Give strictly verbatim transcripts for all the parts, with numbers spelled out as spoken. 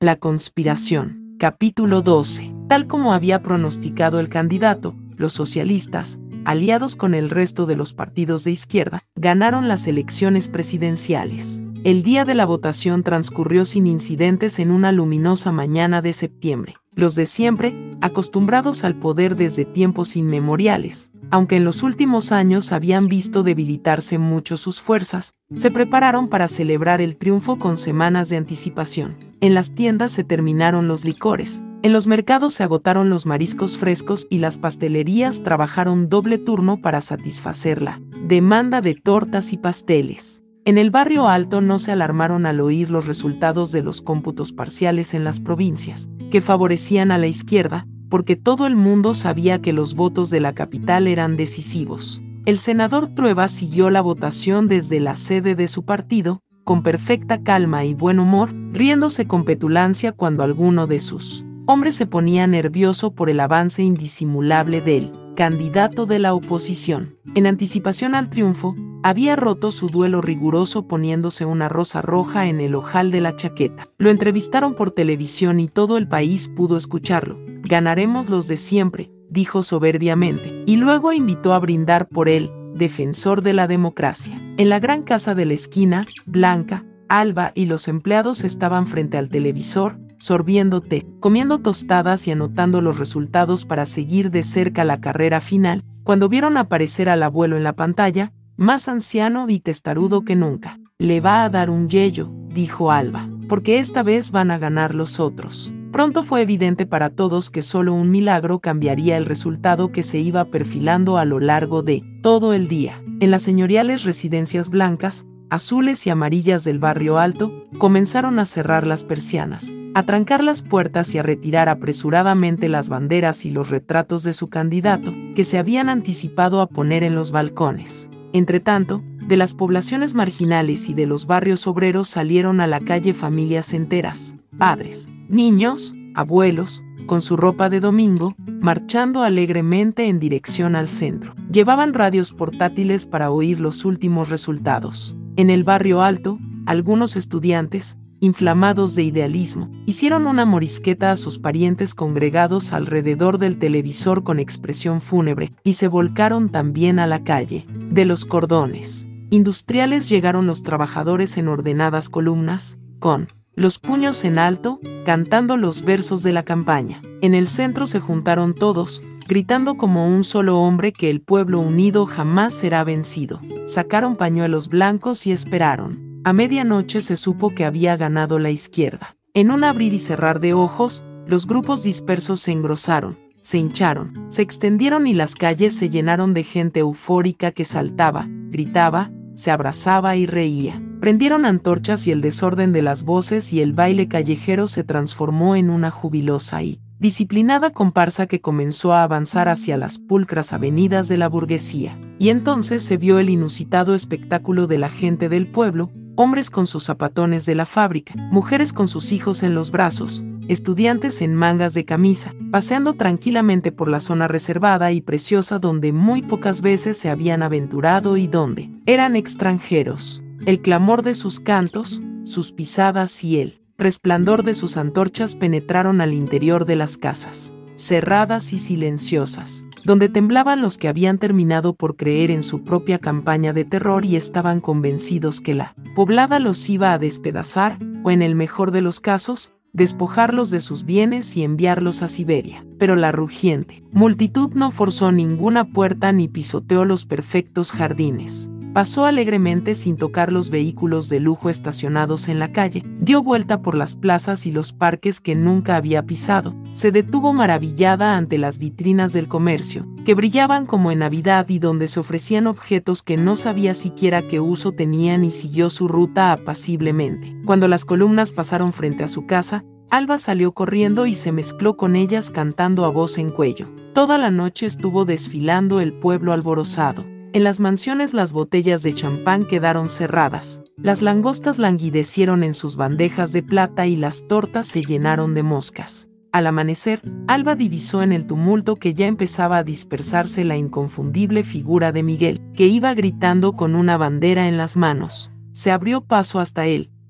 La conspiración. Capítulo doce. Tal como había pronosticado el candidato, los socialistas, aliados con el resto de los partidos de izquierda, ganaron las elecciones presidenciales. El día de la votación transcurrió sin incidentes en una luminosa mañana de septiembre. Los de siempre, acostumbrados al poder desde tiempos inmemoriales, aunque en los últimos años habían visto debilitarse mucho sus fuerzas, se prepararon para celebrar el triunfo con semanas de anticipación. En las tiendas se terminaron los licores, en los mercados se agotaron los mariscos frescos y las pastelerías trabajaron doble turno para satisfacer la demanda de tortas y pasteles. En el barrio alto no se alarmaron al oír los resultados de los cómputos parciales en las provincias, que favorecían a la izquierda, porque todo el mundo sabía que los votos de la capital eran decisivos. El senador Trueba siguió la votación desde la sede de su partido, con perfecta calma y buen humor, riéndose con petulancia cuando alguno de sus hombres se ponía nervioso por el avance indisimulable del candidato de la oposición. En anticipación al triunfo, había roto su duelo riguroso poniéndose una rosa roja en el ojal de la chaqueta. Lo entrevistaron por televisión y todo el país pudo escucharlo. Ganaremos los de siempre, dijo soberbiamente, y luego invitó a brindar por él, defensor de la democracia. En la gran casa de la esquina, Blanca, Alba y los empleados estaban frente al televisor, sorbiendo té, comiendo tostadas y anotando los resultados para seguir de cerca la carrera final, cuando vieron aparecer al abuelo en la pantalla, más anciano y testarudo que nunca. Le va a dar un yello, dijo Alba, porque esta vez van a ganar los otros. Pronto fue evidente para todos que solo un milagro cambiaría el resultado que se iba perfilando a lo largo de todo el día. En las señoriales residencias blancas, azules y amarillas del barrio alto, comenzaron a cerrar las persianas, a trancar las puertas y a retirar apresuradamente las banderas y los retratos de su candidato, que se habían anticipado a poner en los balcones. Entretanto, de las poblaciones marginales y de los barrios obreros salieron a la calle familias enteras, padres, niños, abuelos, con su ropa de domingo, marchando alegremente en dirección al centro. Llevaban radios portátiles para oír los últimos resultados. En el barrio alto, algunos estudiantes, inflamados de idealismo, hicieron una morisqueta a sus parientes congregados alrededor del televisor con expresión fúnebre, y se volcaron también a la calle. De los cordones industriales llegaron los trabajadores en ordenadas columnas, con los puños en alto, cantando los versos de la campaña. En el centro se juntaron todos, gritando como un solo hombre que el pueblo unido jamás será vencido. Sacaron pañuelos blancos y esperaron. A medianoche se supo que había ganado la izquierda. En un abrir y cerrar de ojos, los grupos dispersos se engrosaron, se hincharon, se extendieron y las calles se llenaron de gente eufórica que saltaba, gritaba, se abrazaba y reía. Prendieron antorchas y el desorden de las voces y el baile callejero se transformó en una jubilosa y disciplinada comparsa que comenzó a avanzar hacia las pulcras avenidas de la burguesía. Y entonces se vio el inusitado espectáculo de la gente del pueblo, hombres con sus zapatones de la fábrica, mujeres con sus hijos en los brazos, estudiantes en mangas de camisa, paseando tranquilamente por la zona reservada y preciosa donde muy pocas veces se habían aventurado y donde eran extranjeros. El clamor de sus cantos, sus pisadas y el resplandor de sus antorchas penetraron al interior de las casas, cerradas y silenciosas, donde temblaban los que habían terminado por creer en su propia campaña de terror y estaban convencidos que la poblada los iba a despedazar, o en el mejor de los casos, despojarlos de sus bienes y enviarlos a Siberia. Pero la rugiente multitud no forzó ninguna puerta ni pisoteó los perfectos jardines. Pasó alegremente sin tocar los vehículos de lujo estacionados en la calle, dio vuelta por las plazas y los parques que nunca había pisado, se detuvo maravillada ante las vitrinas del comercio, que brillaban como en Navidad y donde se ofrecían objetos que no sabía siquiera qué uso tenían, y siguió su ruta apaciblemente. Cuando las columnas pasaron frente a su casa, Alba salió corriendo y se mezcló con ellas cantando a voz en cuello. Toda la noche estuvo desfilando el pueblo alborozado. En las mansiones las botellas de champán quedaron cerradas, las langostas languidecieron en sus bandejas de plata y las tortas se llenaron de moscas. Al amanecer, Alba divisó en el tumulto que ya empezaba a dispersarse la inconfundible figura de Miguel, que iba gritando con una bandera en las manos. Se abrió paso hasta él,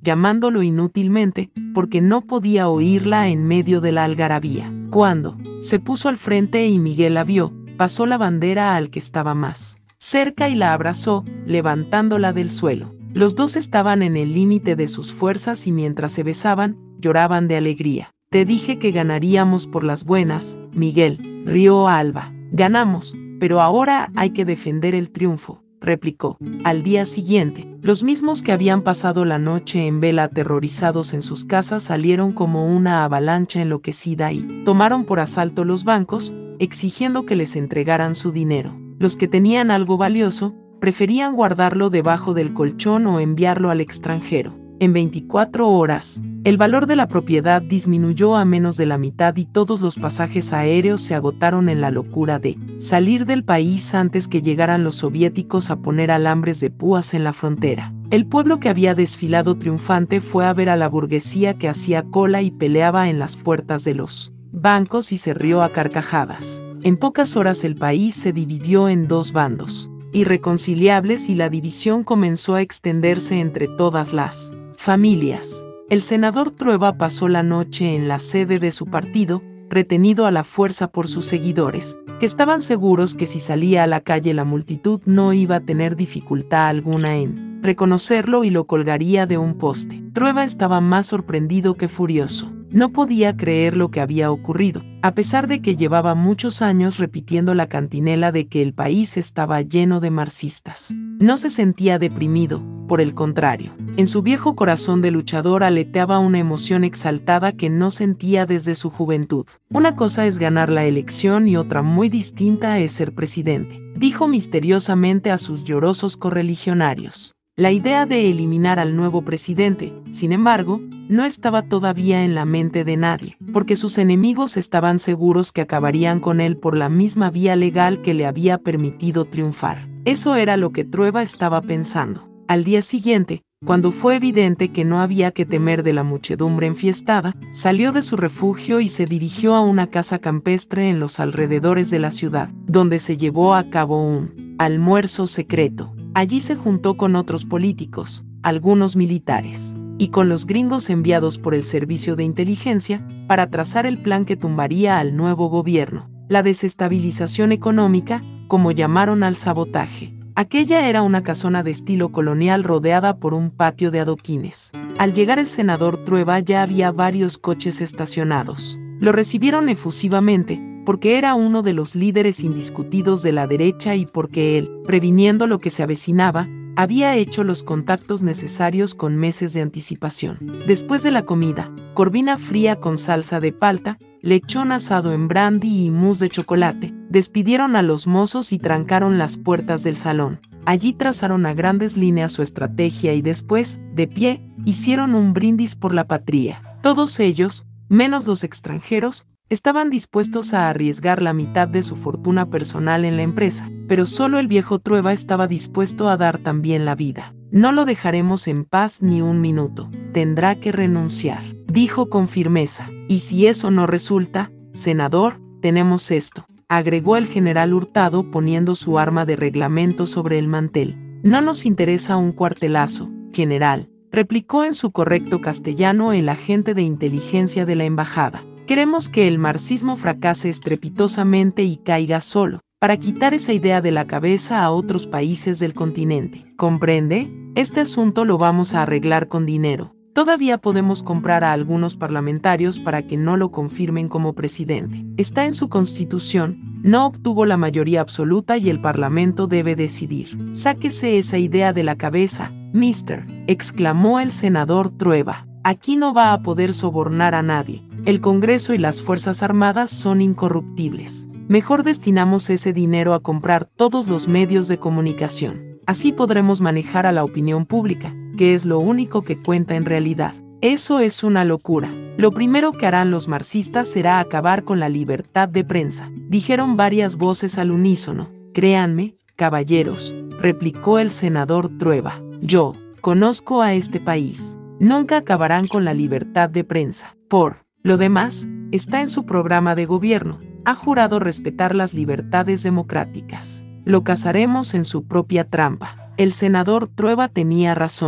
llamándolo inútilmente, porque no podía oírla en medio de la algarabía. Cuando se puso al frente y Miguel la vio, pasó la bandera al que estaba más cerca y la abrazó, levantándola del suelo. Los dos estaban en el límite de sus fuerzas y mientras se besaban, lloraban de alegría. Te dije que ganaríamos por las buenas, Miguel, rió Alba. Ganamos, pero ahora hay que defender el triunfo, replicó. Al día siguiente, los mismos que habían pasado la noche en vela aterrorizados en sus casas salieron como una avalancha enloquecida y tomaron por asalto los bancos, exigiendo que les entregaran su dinero. Los que tenían algo valioso, preferían guardarlo debajo del colchón o enviarlo al extranjero. En veinticuatro horas, el valor de la propiedad disminuyó a menos de la mitad y todos los pasajes aéreos se agotaron en la locura de salir del país antes que llegaran los soviéticos a poner alambres de púas en la frontera. El pueblo que había desfilado triunfante fue a ver a la burguesía que hacía cola y peleaba en las puertas de los bancos y se rió a carcajadas. En pocas horas el país se dividió en dos bandos irreconciliables y la división comenzó a extenderse entre todas las familias. El senador Trueba pasó la noche en la sede de su partido, retenido a la fuerza por sus seguidores, que estaban seguros que si salía a la calle la multitud no iba a tener dificultad alguna en reconocerlo y lo colgaría de un poste. Trueba estaba más sorprendido que furioso. No podía creer lo que había ocurrido, a pesar de que llevaba muchos años repitiendo la cantinela de que el país estaba lleno de marxistas. No se sentía deprimido, por el contrario. En su viejo corazón de luchador aleteaba una emoción exaltada que no sentía desde su juventud. Una cosa es ganar la elección y otra muy distinta es ser presidente, dijo misteriosamente a sus llorosos correligionarios. La idea de eliminar al nuevo presidente, sin embargo, no estaba todavía en la mente de nadie, porque sus enemigos estaban seguros que acabarían con él por la misma vía legal que le había permitido triunfar. Eso era lo que Trueba estaba pensando. Al día siguiente, cuando fue evidente que no había que temer de la muchedumbre enfiestada, salió de su refugio y se dirigió a una casa campestre en los alrededores de la ciudad, donde se llevó a cabo un almuerzo secreto. Allí se juntó con otros políticos, algunos militares, y con los gringos enviados por el servicio de inteligencia para trazar el plan que tumbaría al nuevo gobierno, la desestabilización económica, como llamaron al sabotaje. Aquella era una casona de estilo colonial rodeada por un patio de adoquines. Al llegar el senador Trueba ya había varios coches estacionados. Lo recibieron efusivamente, porque era uno de los líderes indiscutidos de la derecha y porque él, previniendo lo que se avecinaba, había hecho los contactos necesarios con meses de anticipación. Después de la comida, corvina fría con salsa de palta, lechón asado en brandy y mousse de chocolate, despidieron a los mozos y trancaron las puertas del salón. Allí trazaron a grandes líneas su estrategia y después, de pie, hicieron un brindis por la patria. Todos ellos, menos los extranjeros, estaban dispuestos a arriesgar la mitad de su fortuna personal en la empresa, pero solo el viejo Trueba estaba dispuesto a dar también la vida. No lo dejaremos en paz ni un minuto, tendrá que renunciar, dijo con firmeza. Y si eso no resulta, senador, tenemos esto, agregó el general Hurtado poniendo su arma de reglamento sobre el mantel. No nos interesa un cuartelazo, general, replicó en su correcto castellano el agente de inteligencia de la embajada. Queremos que el marxismo fracase estrepitosamente y caiga solo, para quitar esa idea de la cabeza a otros países del continente. ¿Comprende? Este asunto lo vamos a arreglar con dinero. Todavía podemos comprar a algunos parlamentarios para que no lo confirmen como presidente. Está en su constitución, no obtuvo la mayoría absoluta y el parlamento debe decidir. Sáquese esa idea de la cabeza, mister, exclamó el senador Trueba. Aquí no va a poder sobornar a nadie. El Congreso y las Fuerzas Armadas son incorruptibles. Mejor destinamos ese dinero a comprar todos los medios de comunicación. Así podremos manejar a la opinión pública, que es lo único que cuenta en realidad. Eso es una locura. Lo primero que harán los marxistas será acabar con la libertad de prensa, dijeron varias voces al unísono. Créanme, caballeros, replicó el senador Trueba. Yo conozco a este país. Nunca acabarán con la libertad de prensa. Por lo demás, está en su programa de gobierno. Ha jurado respetar las libertades democráticas. Lo cazaremos en su propia trampa. El senador Trueba tenía razón.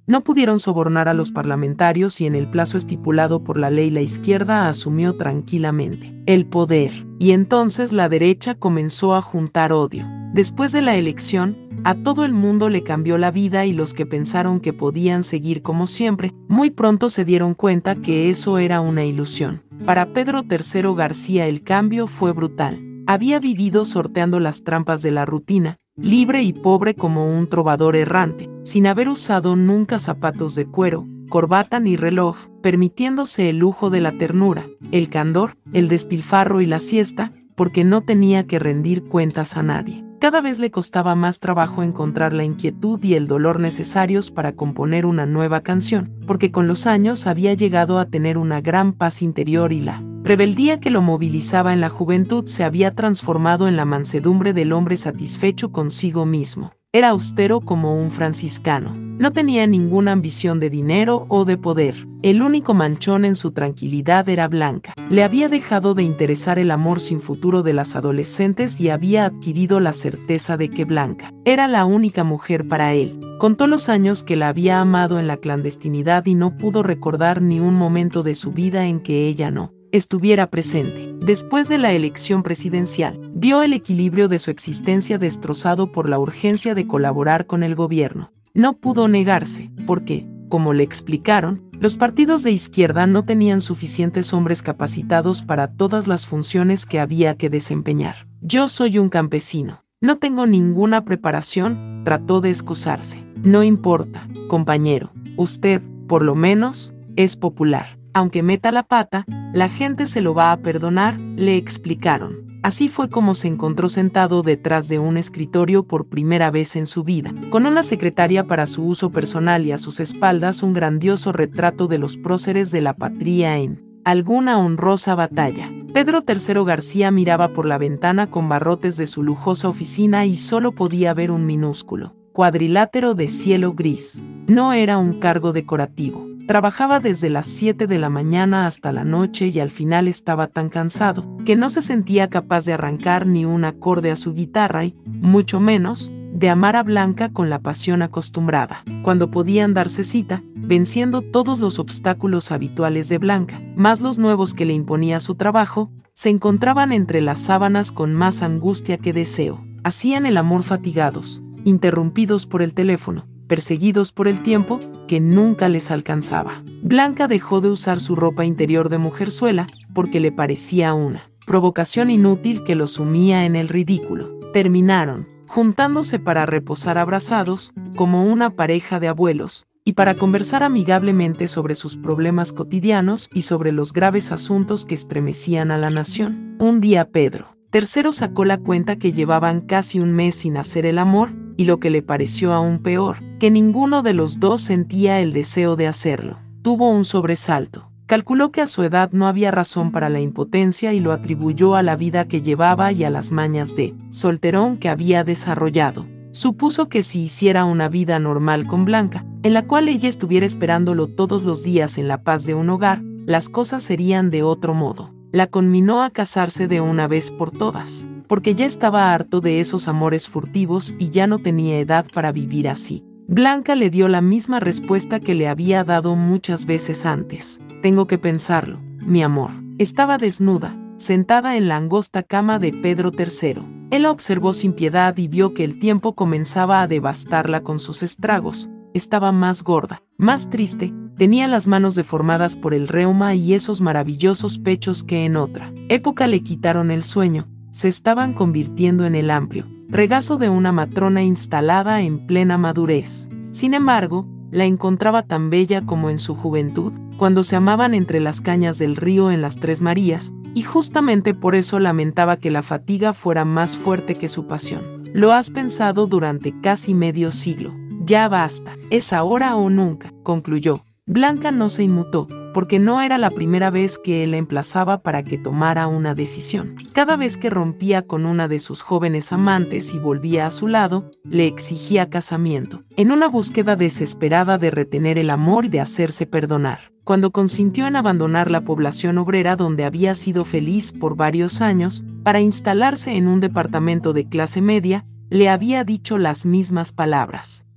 No pudieron sobornar a los parlamentarios y en el plazo estipulado por la ley la izquierda asumió tranquilamente el poder, y entonces la derecha comenzó a juntar odio. Después de la elección, a todo el mundo le cambió la vida y los que pensaron que podían seguir como siempre, muy pronto se dieron cuenta que eso era una ilusión. Para Pedro tercero García el cambio fue brutal. Había vivido sorteando las trampas de la rutina, libre y pobre como un trovador errante, sin haber usado nunca zapatos de cuero, corbata ni reloj, permitiéndose el lujo de la ternura, el candor, el despilfarro y la siesta, porque no tenía que rendir cuentas a nadie. Cada vez le costaba más trabajo encontrar la inquietud y el dolor necesarios para componer una nueva canción, porque con los años había llegado a tener una gran paz interior y la rebeldía que lo movilizaba en la juventud se había transformado en la mansedumbre del hombre satisfecho consigo mismo. Era austero como un franciscano. No tenía ninguna ambición de dinero o de poder. El único manchón en su tranquilidad era Blanca. Le había dejado de interesar el amor sin futuro de las adolescentes y había adquirido la certeza de que Blanca era la única mujer para él. Contó los años que la había amado en la clandestinidad y no pudo recordar ni un momento de su vida en que ella no estuviera presente. Después de la elección presidencial, vio el equilibrio de su existencia destrozado por la urgencia de colaborar con el gobierno. No pudo negarse, porque, como le explicaron, los partidos de izquierda no tenían suficientes hombres capacitados para todas las funciones que había que desempeñar. Yo soy un campesino. No tengo ninguna preparación, trató de excusarse. No importa, compañero. Usted, por lo menos, es popular. Aunque meta la pata, la gente se lo va a perdonar, le explicaron. Así fue como se encontró sentado detrás de un escritorio por primera vez en su vida, con una secretaria para su uso personal y a sus espaldas un grandioso retrato de los próceres de la patria en alguna honrosa batalla. Pedro tercero García miraba por la ventana con barrotes de su lujosa oficina y solo podía ver un minúsculo cuadrilátero de cielo gris. No era un cargo decorativo. Trabajaba desde las siete de la mañana hasta la noche y al final estaba tan cansado que no se sentía capaz de arrancar ni un acorde a su guitarra y, mucho menos, de amar a Blanca con la pasión acostumbrada. Cuando podían darse cita, venciendo todos los obstáculos habituales de Blanca, más los nuevos que le imponía su trabajo, se encontraban entre las sábanas con más angustia que deseo. Hacían el amor fatigados, interrumpidos por el teléfono, perseguidos por el tiempo que nunca les alcanzaba. Blanca dejó de usar su ropa interior de mujerzuela porque le parecía una provocación inútil que lo sumía en el ridículo. Terminaron juntándose para reposar abrazados como una pareja de abuelos y para conversar amigablemente sobre sus problemas cotidianos y sobre los graves asuntos que estremecían a la nación. Un día Pedro tercero sacó la cuenta que llevaban casi un mes sin hacer el amor, y lo que le pareció aún peor, que ninguno de los dos sentía el deseo de hacerlo. Tuvo un sobresalto. Calculó que a su edad no había razón para la impotencia y lo atribuyó a la vida que llevaba y a las mañas de solterón que había desarrollado. Supuso que si hiciera una vida normal con Blanca, en la cual ella estuviera esperándolo todos los días en la paz de un hogar, las cosas serían de otro modo. La conminó a casarse de una vez por todas, porque ya estaba harto de esos amores furtivos y ya no tenía edad para vivir así. Blanca le dio la misma respuesta que le había dado muchas veces antes. Tengo que pensarlo, mi amor. Estaba desnuda, sentada en la angosta cama de Pedro tercero. Él la observó sin piedad y vio que el tiempo comenzaba a devastarla con sus estragos. Estaba más gorda, más triste, tenía las manos deformadas por el reuma y esos maravillosos pechos que en otra época le quitaron el sueño, se estaban convirtiendo en el amplio regazo de una matrona instalada en plena madurez. Sin embargo, la encontraba tan bella como en su juventud, cuando se amaban entre las cañas del río en las Tres Marías, y justamente por eso lamentaba que la fatiga fuera más fuerte que su pasión. Lo has pensado durante casi medio siglo. Ya basta, es ahora o nunca, concluyó. Blanca no se inmutó, porque no era la primera vez que él la emplazaba para que tomara una decisión. Cada vez que rompía con una de sus jóvenes amantes y volvía a su lado, le exigía casamiento, en una búsqueda desesperada de retener el amor y de hacerse perdonar. Cuando consintió en abandonar la población obrera donde había sido feliz por varios años, para instalarse en un departamento de clase media, le había dicho las mismas palabras.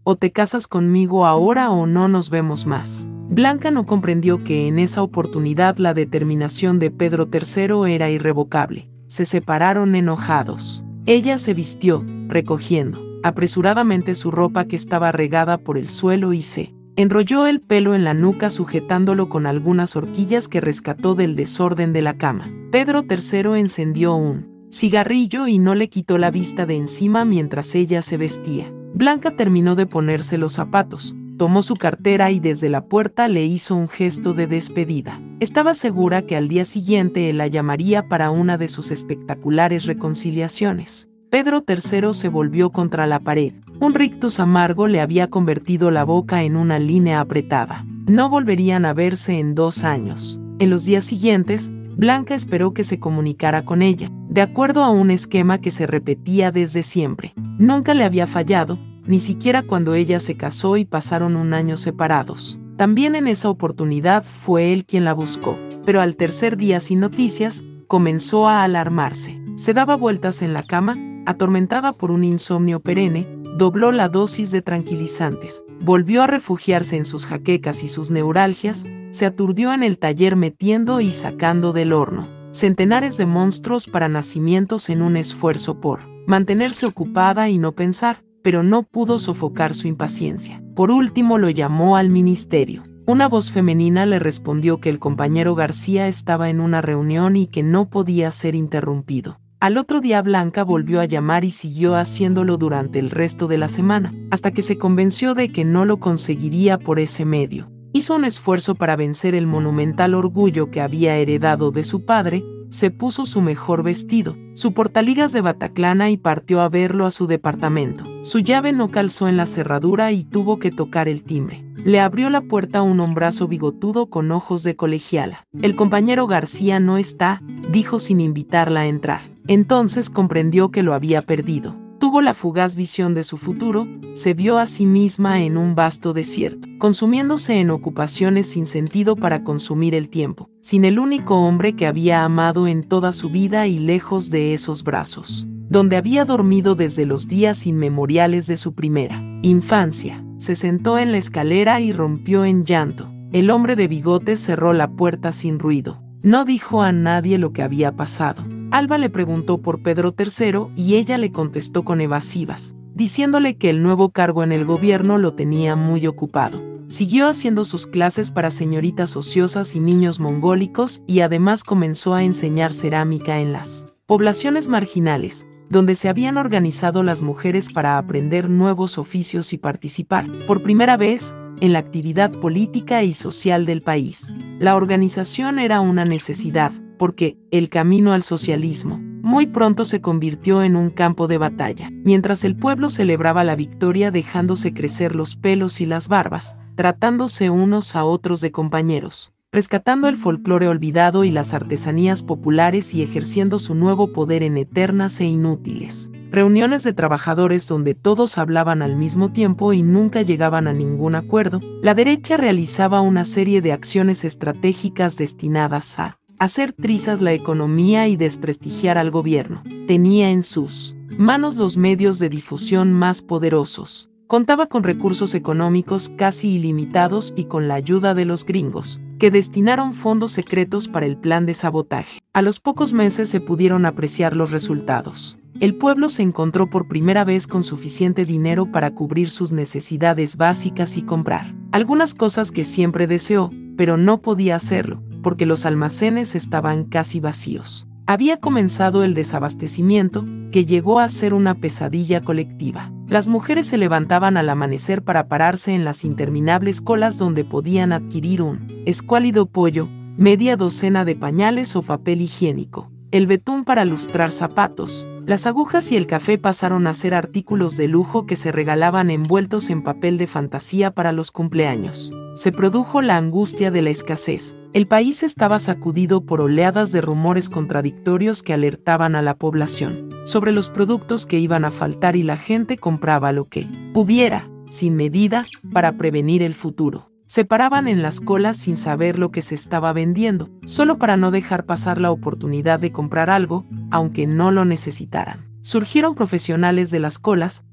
o te casas conmigo ahora o no nos vemos más. Blanca no comprendió que en esa oportunidad la determinación de Pedro tercero era irrevocable. Se separaron enojados. Ella se vistió, recogiendo apresuradamente su ropa que estaba regada por el suelo y se enrolló el pelo en la nuca sujetándolo con algunas horquillas que rescató del desorden de la cama. Pedro tercero encendió un cigarrillo y no le quitó la vista de encima mientras ella se vestía. Blanca terminó de ponerse los zapatos, tomó su cartera y desde la puerta le hizo un gesto de despedida. Estaba segura que al día siguiente él la llamaría para una de sus espectaculares reconciliaciones. Pedro tercero se volvió contra la pared. Un rictus amargo le había convertido la boca en una línea apretada. No volverían a verse en dos años. En los días siguientes, Blanca esperó que se comunicara con ella, de acuerdo a un esquema que se repetía desde siempre. Nunca le había fallado, ni siquiera cuando ella se casó y pasaron un año separados. También en esa oportunidad fue él quien la buscó, pero al tercer día sin noticias, comenzó a alarmarse. Se daba vueltas en la cama, atormentada por un insomnio perenne, dobló la dosis de tranquilizantes, volvió a refugiarse en sus jaquecas y sus neuralgias, se aturdió en el taller metiendo y sacando del horno centenares de monstruos para nacimientos en un esfuerzo por mantenerse ocupada y no pensar, pero no pudo sofocar su impaciencia. Por último lo llamó al ministerio. Una voz femenina le respondió que el compañero García estaba en una reunión y que no podía ser interrumpido. Al otro día Blanca volvió a llamar y siguió haciéndolo durante el resto de la semana, hasta que se convenció de que no lo conseguiría por ese medio. Hizo un esfuerzo para vencer el monumental orgullo que había heredado de su padre, se puso su mejor vestido, su portaligas de bataclana y partió a verlo a su departamento. Su llave no calzó en la cerradura y tuvo que tocar el timbre. Le abrió la puerta un hombrazo bigotudo con ojos de colegiala. El compañero García no está, dijo sin invitarla a entrar. Entonces comprendió que lo había perdido. Tuvo la fugaz visión de su futuro, se vio a sí misma en un vasto desierto, consumiéndose en ocupaciones sin sentido para consumir el tiempo, sin el único hombre que había amado en toda su vida y lejos de esos brazos, donde había dormido desde los días inmemoriales de su primera infancia. Se sentó en la escalera y rompió en llanto. El hombre de bigotes cerró la puerta sin ruido. No dijo a nadie lo que había pasado. Alba le preguntó por Pedro tercero y ella le contestó con evasivas, diciéndole que el nuevo cargo en el gobierno lo tenía muy ocupado. Siguió haciendo sus clases para señoritas ociosas y niños mongólicos y además comenzó a enseñar cerámica en las poblaciones marginales, donde se habían organizado las mujeres para aprender nuevos oficios y participar, por primera vez, en la actividad política y social del país. La organización era una necesidad, porque el camino al socialismo muy pronto se convirtió en un campo de batalla. Mientras el pueblo celebraba la victoria dejándose crecer los pelos y las barbas, tratándose unos a otros de compañeros, rescatando el folclore olvidado y las artesanías populares y ejerciendo su nuevo poder en eternas e inútiles reuniones de trabajadores donde todos hablaban al mismo tiempo y nunca llegaban a ningún acuerdo, la derecha realizaba una serie de acciones estratégicas destinadas a hacer trizas la economía y desprestigiar al gobierno. Tenía en sus manos los medios de difusión más poderosos. Contaba con recursos económicos casi ilimitados y con la ayuda de los gringos, que destinaron fondos secretos para el plan de sabotaje. A los pocos meses se pudieron apreciar los resultados. El pueblo se encontró por primera vez con suficiente dinero para cubrir sus necesidades básicas y comprar algunas cosas que siempre deseó, pero no podía hacerlo, porque los almacenes estaban casi vacíos. Había comenzado el desabastecimiento, que llegó a ser una pesadilla colectiva. Las mujeres se levantaban al amanecer para pararse en las interminables colas donde podían adquirir un escuálido pollo, media docena de pañales o papel higiénico, el betún para lustrar zapatos. Las agujas y el café pasaron a ser artículos de lujo que se regalaban envueltos en papel de fantasía para los cumpleaños. Se produjo la angustia de la escasez. El país estaba sacudido por oleadas de rumores contradictorios que alertaban a la población sobre los productos que iban a faltar y la gente compraba lo que hubiera, sin medida, para prevenir el futuro. Se paraban en las colas sin saber lo que se estaba vendiendo, solo para no dejar pasar la oportunidad de comprar algo, aunque no lo necesitaran. Surgieron profesionales de las colas,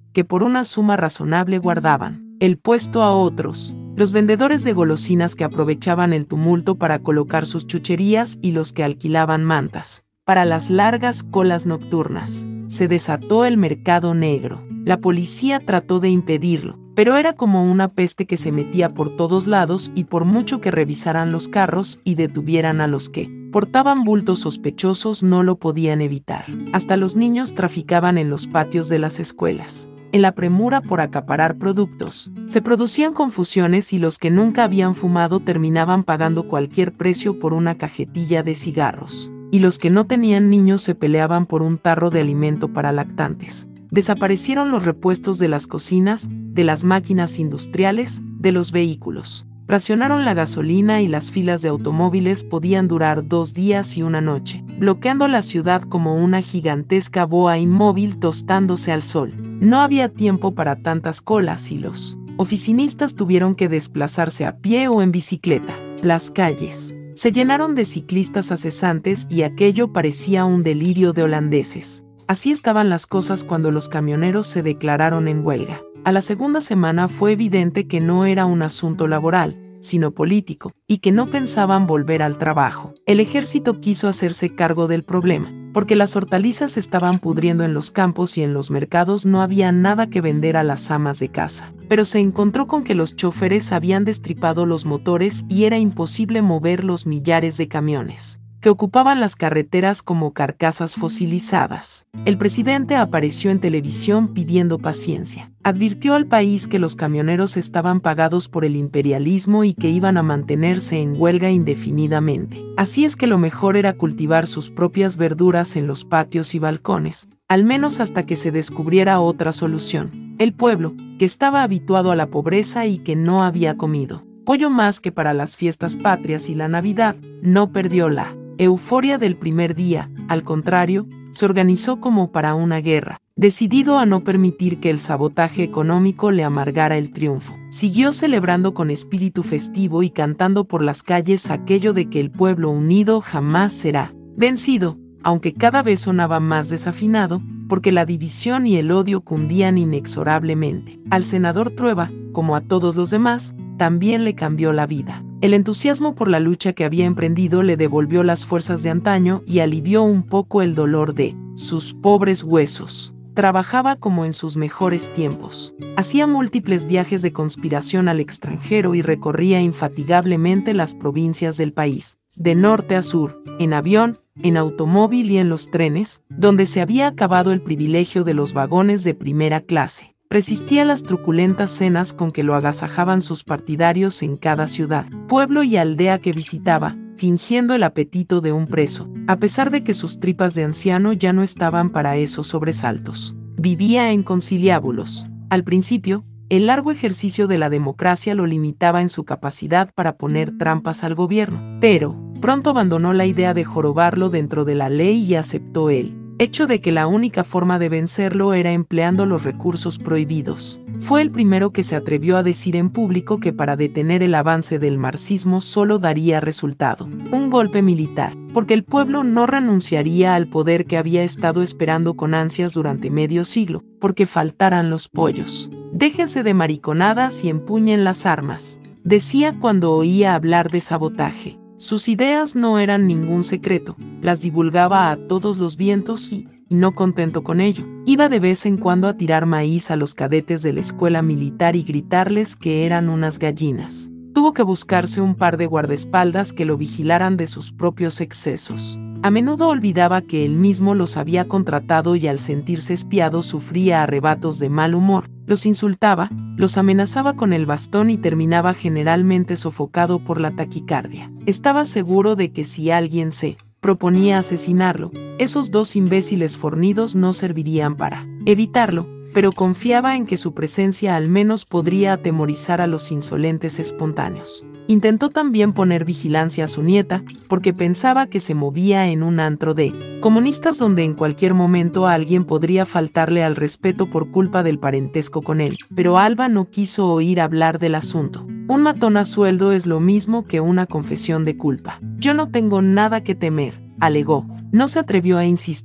que por una suma razonable guardaban el puesto a otros, los vendedores de golosinas que aprovechaban el tumulto para colocar sus chucherías y los que alquilaban mantas para las largas colas nocturnas. Se desató el mercado negro. La policía trató de impedirlo, pero era como una peste que se metía por todos lados y por mucho que revisaran los carros y detuvieran a los que portaban bultos sospechosos no lo podían evitar. Hasta los niños traficaban en los patios de las escuelas. En la premura por acaparar productos, se producían confusiones y los que nunca habían fumado terminaban pagando cualquier precio por una cajetilla de cigarros. Y los que no tenían niños se peleaban por un tarro de alimento para lactantes. Desaparecieron los repuestos de las cocinas, de las máquinas industriales, de los vehículos. Racionaron la gasolina y las filas de automóviles podían durar dos días y una noche, bloqueando la ciudad como una gigantesca boa inmóvil tostándose al sol. No había tiempo para tantas colas y los oficinistas tuvieron que desplazarse a pie o en bicicleta. Las calles se llenaron de ciclistas acesantes y aquello parecía un delirio de holandeses. Así estaban las cosas cuando los camioneros se declararon en huelga. A la segunda semana fue evidente que no era un asunto laboral, sino político, y que no pensaban volver al trabajo. El ejército quiso hacerse cargo del problema, porque las hortalizas se estaban pudriendo en los campos y en los mercados no había nada que vender a las amas de casa. Pero se encontró con que los choferes habían destripado los motores y era imposible mover los millares de camiones que ocupaban las carreteras como carcasas fosilizadas. El presidente apareció en televisión pidiendo paciencia. Advirtió al país que los camioneros estaban pagados por el imperialismo y que iban a mantenerse en huelga indefinidamente. Así es que lo mejor era cultivar sus propias verduras en los patios y balcones, al menos hasta que se descubriera otra solución. El pueblo, que estaba habituado a la pobreza y que no había comido pollo más que para las fiestas patrias y la Navidad, no perdió la euforia del primer día, al contrario, se organizó como para una guerra, decidido a no permitir que el sabotaje económico le amargara el triunfo. Siguió celebrando con espíritu festivo y cantando por las calles aquello de que el pueblo unido jamás será vencido, aunque cada vez sonaba más desafinado, porque la división y el odio cundían inexorablemente. Al senador Trueba, como a todos los demás, también le cambió la vida. El entusiasmo por la lucha que había emprendido le devolvió las fuerzas de antaño y alivió un poco el dolor de sus pobres huesos. Trabajaba como en sus mejores tiempos. Hacía múltiples viajes de conspiración al extranjero y recorría infatigablemente las provincias del país, de norte a sur, en avión, en automóvil y en los trenes, donde se había acabado el privilegio de los vagones de primera clase. Resistía las truculentas cenas con que lo agasajaban sus partidarios en cada ciudad, pueblo y aldea que visitaba, fingiendo el apetito de un preso, a pesar de que sus tripas de anciano ya no estaban para esos sobresaltos. Vivía en conciliábulos. Al principio, el largo ejercicio de la democracia lo limitaba en su capacidad para poner trampas al gobierno, pero pronto abandonó la idea de jorobarlo dentro de la ley y aceptó él. Hecho de que la única forma de vencerlo era empleando los recursos prohibidos. Fue el primero que se atrevió a decir en público que para detener el avance del marxismo solo daría resultado un golpe militar, porque el pueblo no renunciaría al poder que había estado esperando con ansias durante medio siglo, porque faltaran los pollos. Déjense de mariconadas y empuñen las armas, decía cuando oía hablar de sabotaje. Sus ideas no eran ningún secreto, las divulgaba a todos los vientos y, y no contento con ello, iba de vez en cuando a tirar maíz a los cadetes de la escuela militar y gritarles que eran unas gallinas. Tuvo que buscarse un par de guardaespaldas que lo vigilaran de sus propios excesos. A menudo olvidaba que él mismo los había contratado y al sentirse espiado sufría arrebatos de mal humor. Los insultaba, los amenazaba con el bastón y terminaba generalmente sofocado por la taquicardia. Estaba seguro de que si alguien se proponía asesinarlo, esos dos imbéciles fornidos no servirían para evitarlo, pero confiaba en que su presencia al menos podría atemorizar a los insolentes espontáneos. Intentó también poner vigilancia a su nieta, porque pensaba que se movía en un antro de comunistas donde en cualquier momento alguien podría faltarle al respeto por culpa del parentesco con él. Pero Alba no quiso oír hablar del asunto. Un matón a sueldo es lo mismo que una confesión de culpa. Yo no tengo nada que temer, alegó. No se atrevió a insistir,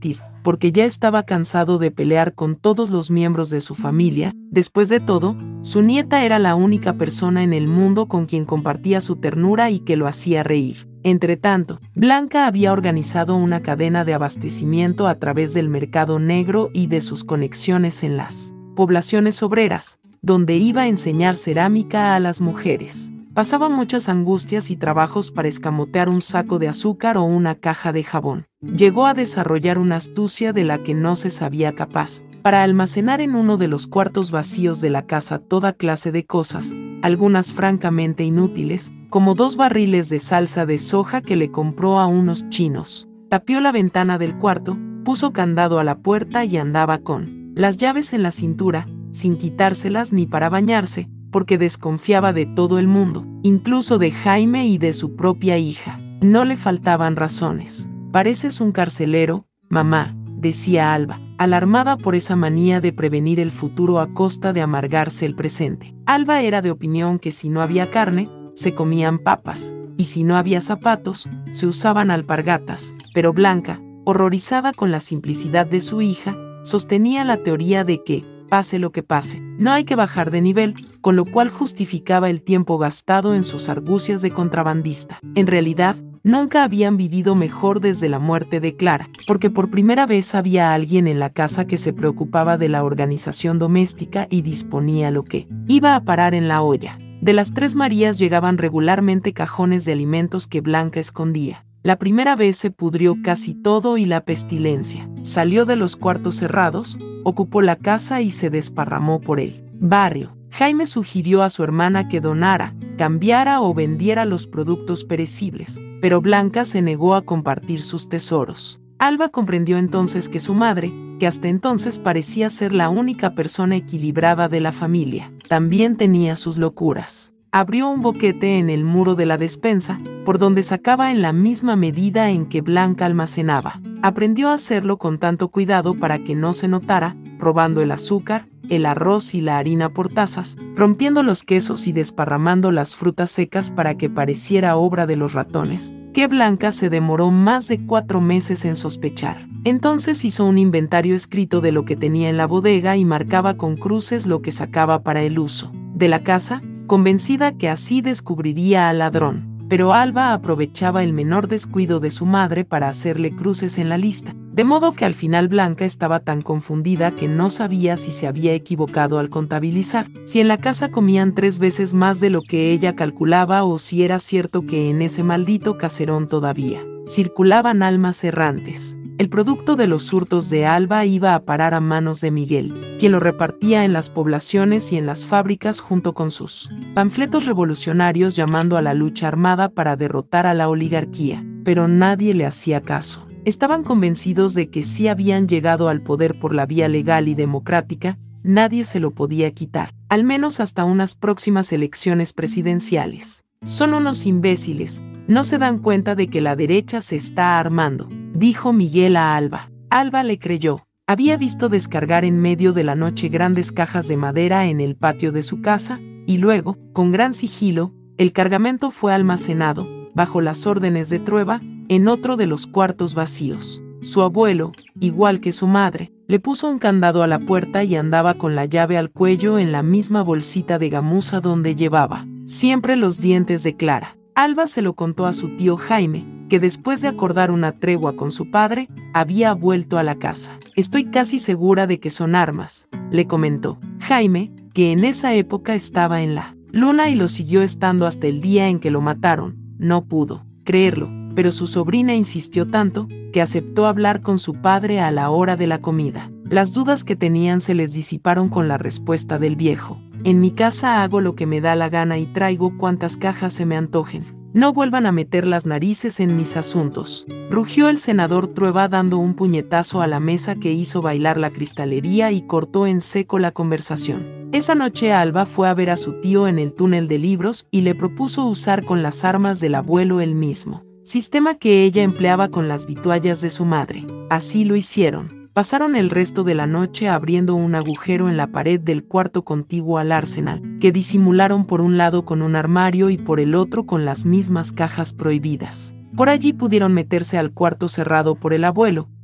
porque ya estaba cansado de pelear con todos los miembros de su familia. Después de todo, su nieta era la única persona en el mundo con quien compartía su ternura y que lo hacía reír. Entretanto, Blanca había organizado una cadena de abastecimiento a través del mercado negro y de sus conexiones en las poblaciones obreras, donde iba a enseñar cerámica a las mujeres. Pasaba muchas angustias y trabajos para escamotear un saco de azúcar o una caja de jabón. Llegó a desarrollar una astucia de la que no se sabía capaz, para almacenar en uno de los cuartos vacíos de la casa toda clase de cosas, algunas francamente inútiles, como dos barriles de salsa de soja que le compró a unos chinos. Tapió la ventana del cuarto, puso candado a la puerta y andaba con las llaves en la cintura, sin quitárselas ni para bañarse, porque desconfiaba de todo el mundo, incluso de Jaime y de su propia hija. No le faltaban razones. «Pareces un carcelero, mamá», decía Alba, alarmada por esa manía de prevenir el futuro a costa de amargarse el presente. Alba era de opinión que si no había carne, se comían papas, y si no había zapatos, se usaban alpargatas, pero Blanca, horrorizada con la simplicidad de su hija, sostenía la teoría de que, pase lo que pase, no hay que bajar de nivel, con lo cual justificaba el tiempo gastado en sus argucias de contrabandista. En realidad, nunca habían vivido mejor desde la muerte de Clara, porque por primera vez había alguien en la casa que se preocupaba de la organización doméstica y disponía lo que iba a parar en la olla. De las tres Marías llegaban regularmente cajones de alimentos que Blanca escondía. La primera vez se pudrió casi todo y la pestilencia salió de los cuartos cerrados, ocupó la casa y se desparramó por el barrio. Jaime sugirió a su hermana que donara, cambiara o vendiera los productos perecibles, pero Blanca se negó a compartir sus tesoros. Alba comprendió entonces que su madre, que hasta entonces parecía ser la única persona equilibrada de la familia, también tenía sus locuras. Abrió un boquete en el muro de la despensa, por donde sacaba en la misma medida en que Blanca almacenaba. Aprendió a hacerlo con tanto cuidado para que no se notara, robando el azúcar, el arroz y la harina por tazas, rompiendo los quesos y desparramando las frutas secas para que pareciera obra de los ratones, que Blanca se demoró más de cuatro meses en sospechar. Entonces hizo un inventario escrito de lo que tenía en la bodega y marcaba con cruces lo que sacaba para el uso de la casa, convencida que así descubriría al ladrón. Pero Alba aprovechaba el menor descuido de su madre para hacerle cruces en la lista, de modo que al final Blanca estaba tan confundida que no sabía si se había equivocado al contabilizar, si en la casa comían tres veces más de lo que ella calculaba o si era cierto que en ese maldito caserón todavía circulaban almas errantes. El producto de los hurtos de Alba iba a parar a manos de Miguel, quien lo repartía en las poblaciones y en las fábricas junto con sus panfletos revolucionarios llamando a la lucha armada para derrotar a la oligarquía, pero nadie le hacía caso. Estaban convencidos de que si habían llegado al poder por la vía legal y democrática, nadie se lo podía quitar, al menos hasta unas próximas elecciones presidenciales. Son unos imbéciles, no se dan cuenta de que la derecha se está armando, dijo Miguel a Alba. Alba le creyó. Había visto descargar en medio de la noche grandes cajas de madera en el patio de su casa, y luego, con gran sigilo, el cargamento fue almacenado, bajo las órdenes de Trueba, en otro de los cuartos vacíos. Su abuelo, igual que su madre, le puso un candado a la puerta y andaba con la llave al cuello en la misma bolsita de gamuza donde llevaba siempre los dientes de Clara. Alba se lo contó a su tío Jaime, que después de acordar una tregua con su padre, había vuelto a la casa. «Estoy casi segura de que son armas», le comentó. Jaime, que en esa época estaba en la luna y lo siguió estando hasta el día en que lo mataron, no pudo creerlo, pero su sobrina insistió tanto, que aceptó hablar con su padre a la hora de la comida. Las dudas que tenían se les disiparon con la respuesta del viejo. «En mi casa hago lo que me da la gana y traigo cuantas cajas se me antojen. No vuelvan a meter las narices en mis asuntos», rugió el senador Trueba dando un puñetazo a la mesa que hizo bailar la cristalería y cortó en seco la conversación. Esa noche Alba fue a ver a su tío en el túnel de libros y le propuso usar con las armas del abuelo el mismo sistema que ella empleaba con las vituallas de su madre. Así lo hicieron. Pasaron el resto de la noche abriendo un agujero en la pared del cuarto contiguo al arsenal, que disimularon por un lado con un armario y por el otro con las mismas cajas prohibidas. Por allí pudieron meterse al cuarto cerrado por el abuelo,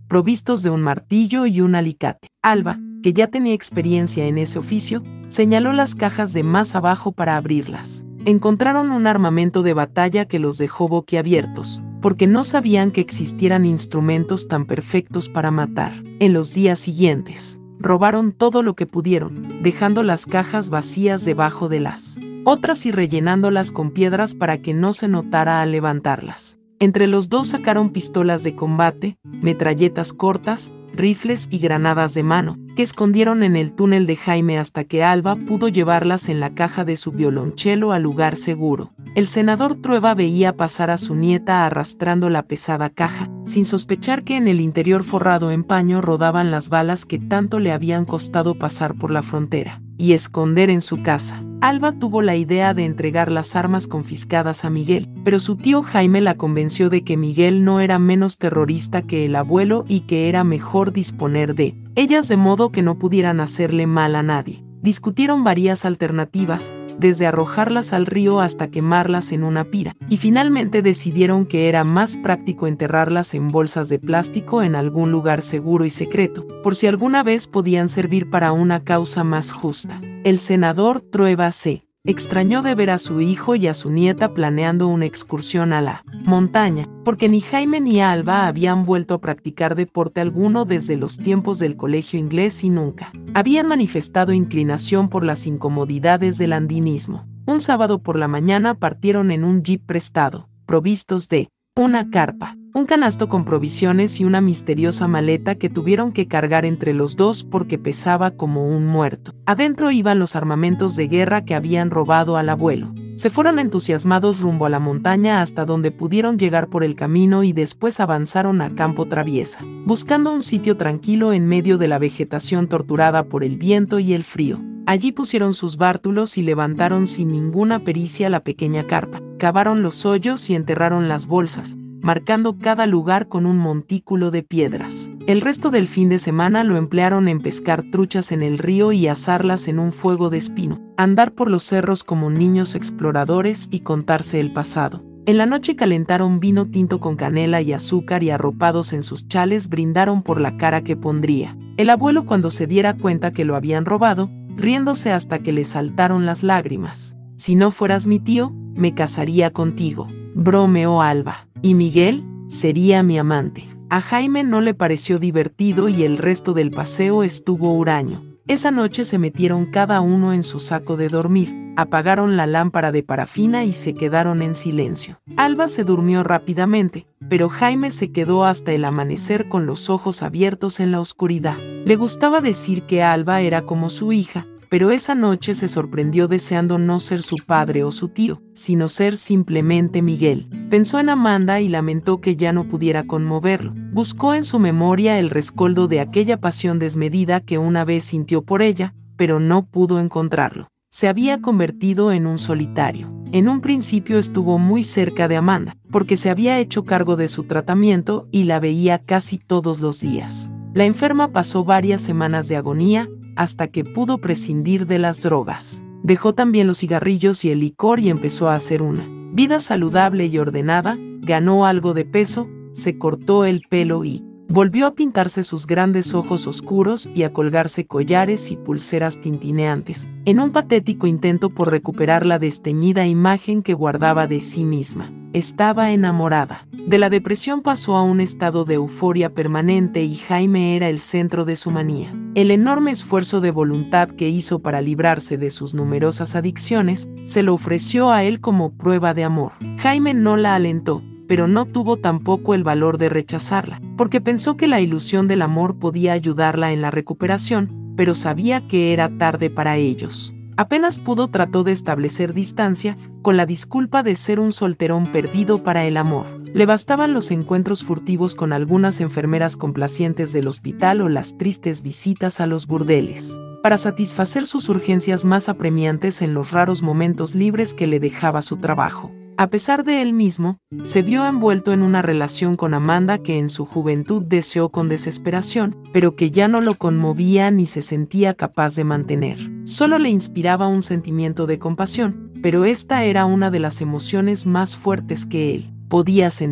provistos de un martillo y un alicate. Alba, que ya tenía experiencia en ese oficio, señaló las cajas de más abajo para abrirlas. Encontraron un armamento de batalla que los dejó boquiabiertos, porque no sabían que existieran instrumentos tan perfectos para matar. En los días siguientes, robaron todo lo que pudieron, dejando las cajas vacías debajo de las otras y rellenándolas con piedras para que no se notara al levantarlas. Entre los dos sacaron pistolas de combate, metralletas cortas, rifles y granadas de mano, que escondieron en el túnel de Jaime hasta que Alba pudo llevarlas en la caja de su violonchelo al lugar seguro. El senador Trueba veía pasar a su nieta arrastrando la pesada caja, sin sospechar que en el interior forrado en paño rodaban las balas que tanto le habían costado pasar por la frontera y esconder en su casa. Alba tuvo la idea de entregar las armas confiscadas a Miguel, pero su tío Jaime la convenció de que Miguel no era menos terrorista que el abuelo y que era mejor disponer de ellas de modo que no pudieran hacerle mal a nadie. Discutieron varias alternativas, desde arrojarlas al río hasta quemarlas en una pira, y finalmente decidieron que era más práctico enterrarlas en bolsas de plástico en algún lugar seguro y secreto, por si alguna vez podían servir para una causa más justa. El senador Trueba se extrañó de ver a su hijo y a su nieta planeando una excursión a la montaña, porque ni Jaime ni Alba habían vuelto a practicar deporte alguno desde los tiempos del colegio inglés y nunca habían manifestado inclinación por las incomodidades del andinismo. Un sábado por la mañana partieron en un jeep prestado, provistos de una carpa, un canasto con provisiones y una misteriosa maleta que tuvieron que cargar entre los dos porque pesaba como un muerto. Adentro iban los armamentos de guerra que habían robado al abuelo. Se fueron entusiasmados rumbo a la montaña hasta donde pudieron llegar por el camino y después avanzaron a campo traviesa, buscando un sitio tranquilo en medio de la vegetación torturada por el viento y el frío. Allí pusieron sus bártulos y levantaron sin ninguna pericia la pequeña carpa, cavaron los hoyos y enterraron las bolsas, marcando cada lugar con un montículo de piedras. El resto del fin de semana lo emplearon en pescar truchas en el río y asarlas en un fuego de espino, andar por los cerros como niños exploradores y contarse el pasado. En la noche calentaron vino tinto con canela y azúcar y arropados en sus chales brindaron por la cara que pondría el abuelo cuando se diera cuenta que lo habían robado, riéndose hasta que le saltaron las lágrimas. Si no fueras mi tío, me casaría contigo, bromeó Alba. Y Miguel sería mi amante. A Jaime no le pareció divertido y el resto del paseo estuvo huraño. Esa noche se metieron cada uno en su saco de dormir, apagaron la lámpara de parafina y se quedaron en silencio. Alba se durmió rápidamente, pero Jaime se quedó hasta el amanecer con los ojos abiertos en la oscuridad. Le gustaba decir que Alba era como su hija, pero esa noche se sorprendió deseando no ser su padre o su tío, sino ser simplemente Miguel. Pensó en Amanda y lamentó que ya no pudiera conmoverlo. Buscó en su memoria el rescoldo de aquella pasión desmedida que una vez sintió por ella, pero no pudo encontrarlo. Se había convertido en un solitario. En un principio estuvo muy cerca de Amanda, porque se había hecho cargo de su tratamiento y la veía casi todos los días. La enferma pasó varias semanas de agonía, hasta que pudo prescindir de las drogas. Dejó también los cigarrillos y el licor y empezó a hacer una vida saludable y ordenada, ganó algo de peso, se cortó el pelo y volvió a pintarse sus grandes ojos oscuros y a colgarse collares y pulseras tintineantes, en un patético intento por recuperar la desteñida imagen que guardaba de sí misma. Estaba enamorada. De la depresión pasó a un estado de euforia permanente y Jaime era el centro de su manía. El enorme esfuerzo de voluntad que hizo para librarse de sus numerosas adicciones, se lo ofreció a él como prueba de amor. Jaime no la alentó, pero no tuvo tampoco el valor de rechazarla, porque pensó que la ilusión del amor podía ayudarla en la recuperación, pero sabía que era tarde para ellos. Apenas pudo trató de establecer distancia, con la disculpa de ser un solterón perdido para el amor. Le bastaban los encuentros furtivos con algunas enfermeras complacientes del hospital o las tristes visitas a los burdeles, para satisfacer sus urgencias más apremiantes en los raros momentos libres que le dejaba su trabajo. A pesar de él mismo, se vio envuelto en una relación con Amanda que en su juventud deseó con desesperación, pero que ya no lo conmovía ni se sentía capaz de mantener. Solo le inspiraba un sentimiento de compasión, pero esta era una de las emociones más fuertes que él podía sentir.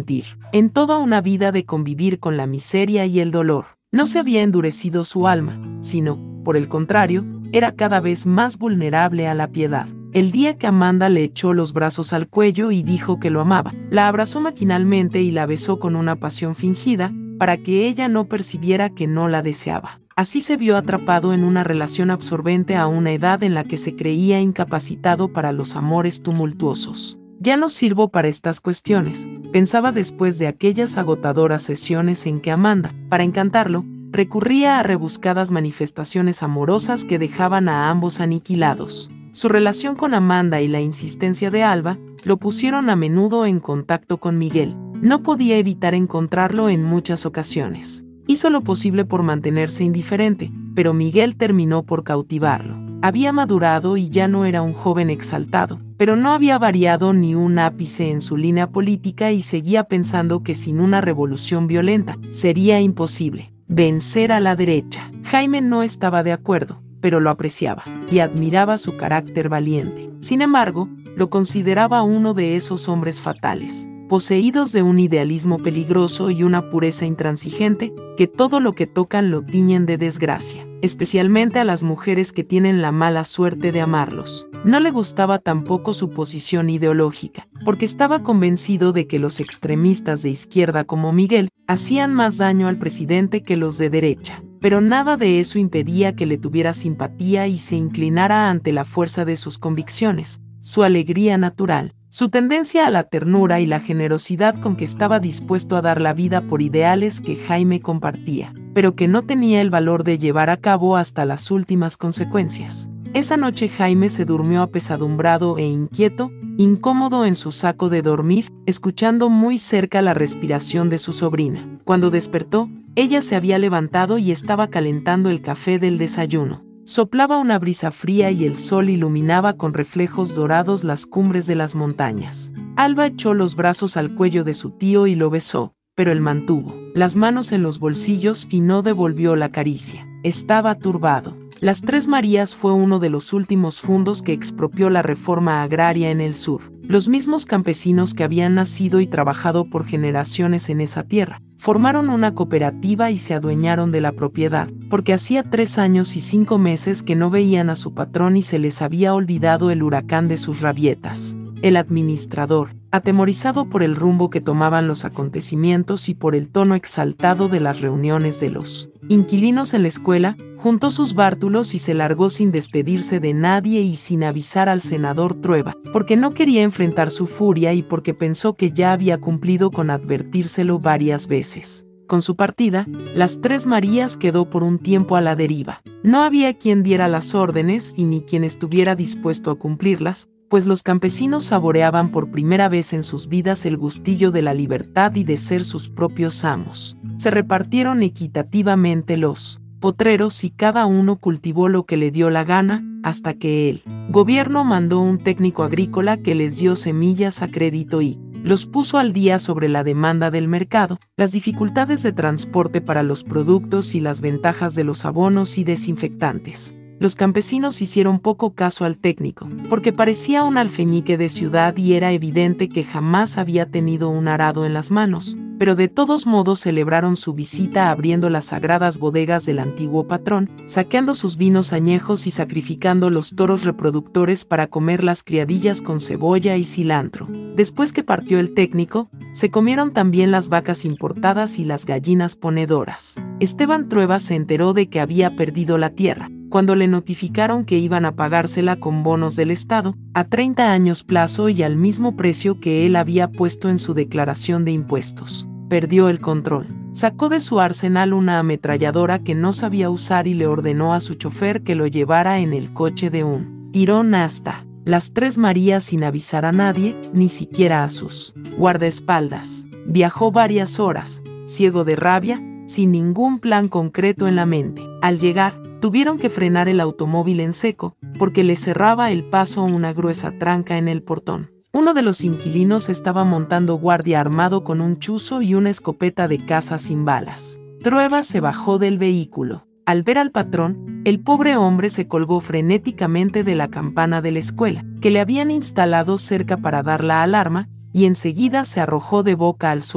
en toda una vida de convivir con la miseria y el dolor. No se había endurecido su alma, sino, por el contrario, era cada vez más vulnerable a la piedad. El día que Amanda le echó los brazos al cuello y dijo que lo amaba, la abrazó maquinalmente y la besó con una pasión fingida, para que ella no percibiera que no la deseaba. Así se vio atrapado en una relación absorbente a una edad en la que se creía incapacitado para los amores tumultuosos. Ya no sirvo para estas cuestiones, pensaba después de aquellas agotadoras sesiones en que Amanda, para encantarlo, recurría a rebuscadas manifestaciones amorosas que dejaban a ambos aniquilados. Su relación con Amanda y la insistencia de Alba lo pusieron a menudo en contacto con Miguel. No podía evitar encontrarlo en muchas ocasiones. Hizo lo posible por mantenerse indiferente, pero Miguel terminó por cautivarlo. Había madurado y ya no era un joven exaltado, pero no había variado ni un ápice en su línea política y seguía pensando que sin una revolución violenta sería imposible vencer a la derecha. Jaime no estaba de acuerdo, pero lo apreciaba y admiraba su carácter valiente. Sin embargo, lo consideraba uno de esos hombres fatales, poseídos de un idealismo peligroso y una pureza intransigente, que todo lo que tocan lo tiñen de desgracia, especialmente a las mujeres que tienen la mala suerte de amarlos. No le gustaba tampoco su posición ideológica, porque estaba convencido de que los extremistas de izquierda como Miguel hacían más daño al presidente que los de derecha. Pero nada de eso impedía que le tuviera simpatía y se inclinara ante la fuerza de sus convicciones, su alegría natural, su tendencia a la ternura y la generosidad con que estaba dispuesto a dar la vida por ideales que Jaime compartía, pero que no tenía el valor de llevar a cabo hasta las últimas consecuencias. Esa noche Jaime se durmió apesadumbrado e inquieto, incómodo en su saco de dormir, escuchando muy cerca la respiración de su sobrina. Cuando despertó, ella se había levantado y estaba calentando el café del desayuno. Soplaba una brisa fría y el sol iluminaba con reflejos dorados las cumbres de las montañas. Alba echó los brazos al cuello de su tío y lo besó, pero él mantuvo las manos en los bolsillos y no devolvió la caricia. Estaba turbado. Las Tres Marías fue uno de los últimos fundos que expropió la reforma agraria en el sur. Los mismos campesinos que habían nacido y trabajado por generaciones en esa tierra, formaron una cooperativa y se adueñaron de la propiedad, porque hacía tres años y cinco meses que no veían a su patrón y se les había olvidado el huracán de sus rabietas. El administrador, atemorizado por el rumbo que tomaban los acontecimientos y por el tono exaltado de las reuniones de los inquilinos en la escuela, juntó sus bártulos y se largó sin despedirse de nadie y sin avisar al senador Trueba, porque no quería enfrentar su furia y porque pensó que ya había cumplido con advertírselo varias veces. Con su partida, las Tres Marías quedó por un tiempo a la deriva. No había quien diera las órdenes y ni quien estuviera dispuesto a cumplirlas, pues los campesinos saboreaban por primera vez en sus vidas el gustillo de la libertad y de ser sus propios amos. Se repartieron equitativamente los potreros y cada uno cultivó lo que le dio la gana, hasta que el gobierno mandó un técnico agrícola que les dio semillas a crédito y los puso al día sobre la demanda del mercado, las dificultades de transporte para los productos y las ventajas de los abonos y desinfectantes. Los campesinos hicieron poco caso al técnico, porque parecía un alfeñique de ciudad y era evidente que jamás había tenido un arado en las manos, pero de todos modos celebraron su visita abriendo las sagradas bodegas del antiguo patrón, saqueando sus vinos añejos y sacrificando los toros reproductores para comer las criadillas con cebolla y cilantro. Después que partió el técnico, se comieron también las vacas importadas y las gallinas ponedoras. Esteban Trueba se enteró de que había perdido la tierra, cuando le notificaron que iban a pagársela con bonos del Estado, a treinta años plazo y al mismo precio que él había puesto en su declaración de impuestos. Perdió el control. Sacó de su arsenal una ametralladora que no sabía usar y le ordenó a su chofer que lo llevara en el coche de un tirón hasta las Tres Marías sin avisar a nadie, ni siquiera a sus guardaespaldas. Viajó varias horas, ciego de rabia, sin ningún plan concreto en la mente. Al llegar, tuvieron que frenar el automóvil en seco, porque le cerraba el paso una gruesa tranca en el portón. Uno de los inquilinos estaba montando guardia armado con un chuzo y una escopeta de caza sin balas. Trueba se bajó del vehículo. Al ver al patrón, el pobre hombre se colgó frenéticamente de la campana de la escuela, que le habían instalado cerca para dar la alarma, y enseguida se arrojó de boca al suelo.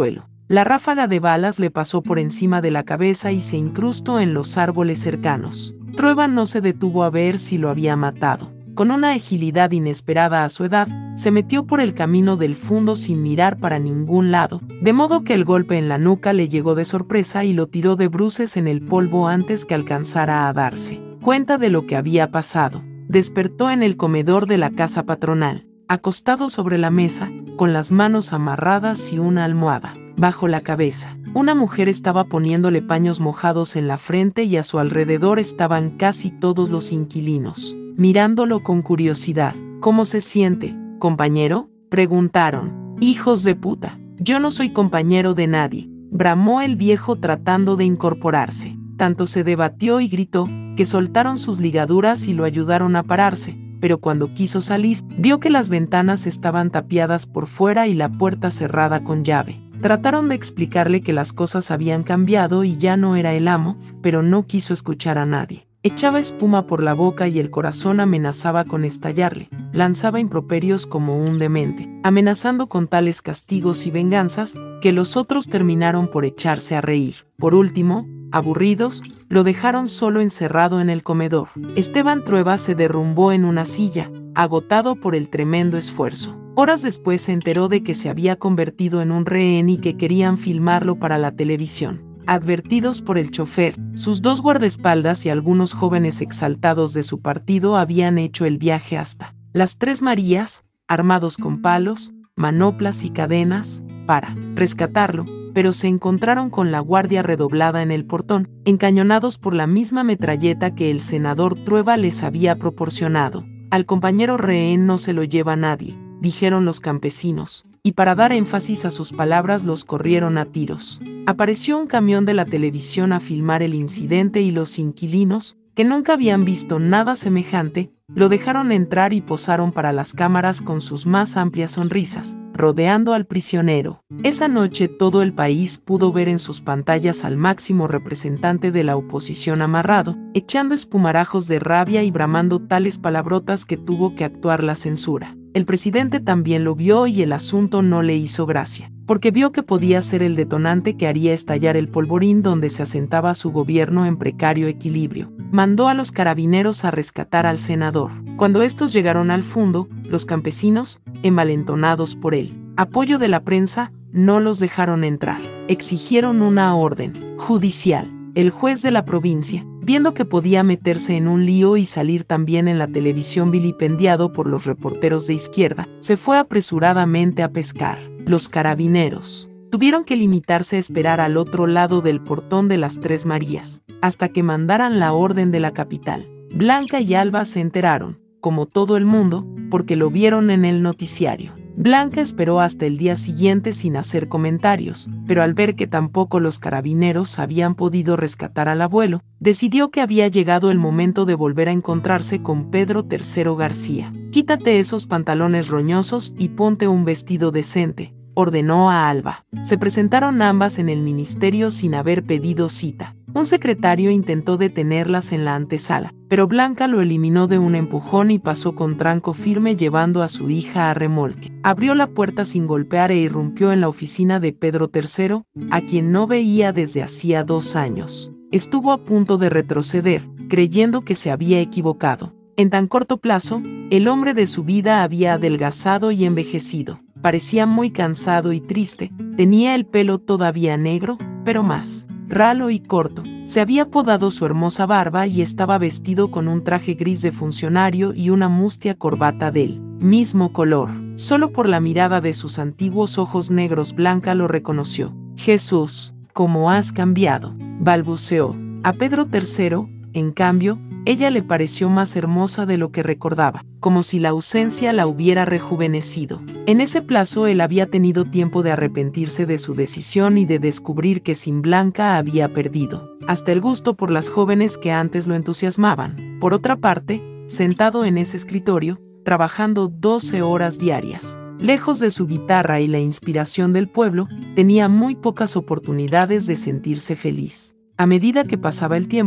La ráfaga de balas le pasó por encima de la cabeza y se incrustó en los árboles cercanos. Trueba no se detuvo a ver si lo había matado. Con una agilidad inesperada a su edad, se metió por el camino del fundo sin mirar para ningún lado, de modo que el golpe en la nuca le llegó de sorpresa y lo tiró de bruces en el polvo antes que alcanzara a darse cuenta de lo que había pasado. Despertó en el comedor de la casa patronal, acostado sobre la mesa, con las manos amarradas y una almohada bajo la cabeza. Una mujer estaba poniéndole paños mojados en la frente y a su alrededor estaban casi todos los inquilinos, mirándolo con curiosidad. ¿Cómo se siente, compañero?, preguntaron. Hijos de puta, yo no soy compañero de nadie, bramó el viejo tratando de incorporarse. Tanto se debatió y gritó, que soltaron sus ligaduras y lo ayudaron a pararse, pero cuando quiso salir, vio que las ventanas estaban tapiadas por fuera y la puerta cerrada con llave. Trataron de explicarle que las cosas habían cambiado y ya no era el amo, pero no quiso escuchar a nadie. Echaba espuma por la boca y el corazón amenazaba con estallarle. Lanzaba improperios como un demente, amenazando con tales castigos y venganzas, que los otros terminaron por echarse a reír. Por último, aburridos, lo dejaron solo encerrado en el comedor. Esteban Trueba se derrumbó en una silla, agotado por el tremendo esfuerzo. Horas después se enteró de que se había convertido en un rehén y que querían filmarlo para la televisión. Advertidos por el chofer, sus dos guardaespaldas y algunos jóvenes exaltados de su partido habían hecho el viaje hasta Las Tres Marías, armados con palos, manoplas y cadenas, para rescatarlo, pero se encontraron con la guardia redoblada en el portón, encañonados por la misma metralleta que el senador Trueba les había proporcionado. Al compañero rehén no se lo lleva nadie, dijeron los campesinos, y para dar énfasis a sus palabras los corrieron a tiros. Apareció un camión de la televisión a filmar el incidente y los inquilinos, que nunca habían visto nada semejante, lo dejaron entrar y posaron para las cámaras con sus más amplias sonrisas, rodeando al prisionero. Esa noche todo el país pudo ver en sus pantallas al máximo representante de la oposición amarrado, echando espumarajos de rabia y bramando tales palabrotas que tuvo que actuar la censura. El presidente también lo vio y el asunto no le hizo gracia, porque vio que podía ser el detonante que haría estallar el polvorín donde se asentaba su gobierno en precario equilibrio. Mandó a los carabineros a rescatar al senador. Cuando estos llegaron al fondo, los campesinos, envalentonados por el apoyo de la prensa, no los dejaron entrar. Exigieron una orden judicial. El juez de la provincia, viendo que podía meterse en un lío y salir también en la televisión vilipendiado por los reporteros de izquierda, se fue apresuradamente a pescar. Los carabineros tuvieron que limitarse a esperar al otro lado del portón de Las Tres Marías, hasta que mandaran la orden de la capital. Blanca y Alba se enteraron, como todo el mundo, porque lo vieron en el noticiario. Blanca esperó hasta el día siguiente sin hacer comentarios, pero al ver que tampoco los carabineros habían podido rescatar al abuelo, decidió que había llegado el momento de volver a encontrarse con Pedro tercero García. «Quítate esos pantalones roñosos y ponte un vestido decente», ordenó a Alba. Se presentaron ambas en el ministerio sin haber pedido cita. Un secretario intentó detenerlas en la antesala, pero Blanca lo eliminó de un empujón y pasó con tranco firme llevando a su hija a remolque. Abrió la puerta sin golpear e irrumpió en la oficina de Pedro tercero, a quien no veía desde hacía dos años. Estuvo a punto de retroceder, creyendo que se había equivocado. En tan corto plazo, el hombre de su vida había adelgazado y envejecido. Parecía muy cansado y triste, tenía el pelo todavía negro, pero más ralo y corto. Se había podado su hermosa barba y estaba vestido con un traje gris de funcionario y una mustia corbata del mismo color. Solo por la mirada de sus antiguos ojos negros Blanca lo reconoció. «Jesús, cómo has cambiado», balbuceó. A Pedro tercero, en cambio, ella le pareció más hermosa de lo que recordaba, como si la ausencia la hubiera rejuvenecido. En ese plazo él había tenido tiempo de arrepentirse de su decisión y de descubrir que sin Blanca había perdido hasta el gusto por las jóvenes que antes lo entusiasmaban. Por otra parte, sentado en ese escritorio, trabajando doce horas diarias, lejos de su guitarra y la inspiración del pueblo, tenía muy pocas oportunidades de sentirse feliz. A medida que pasaba el tiempo,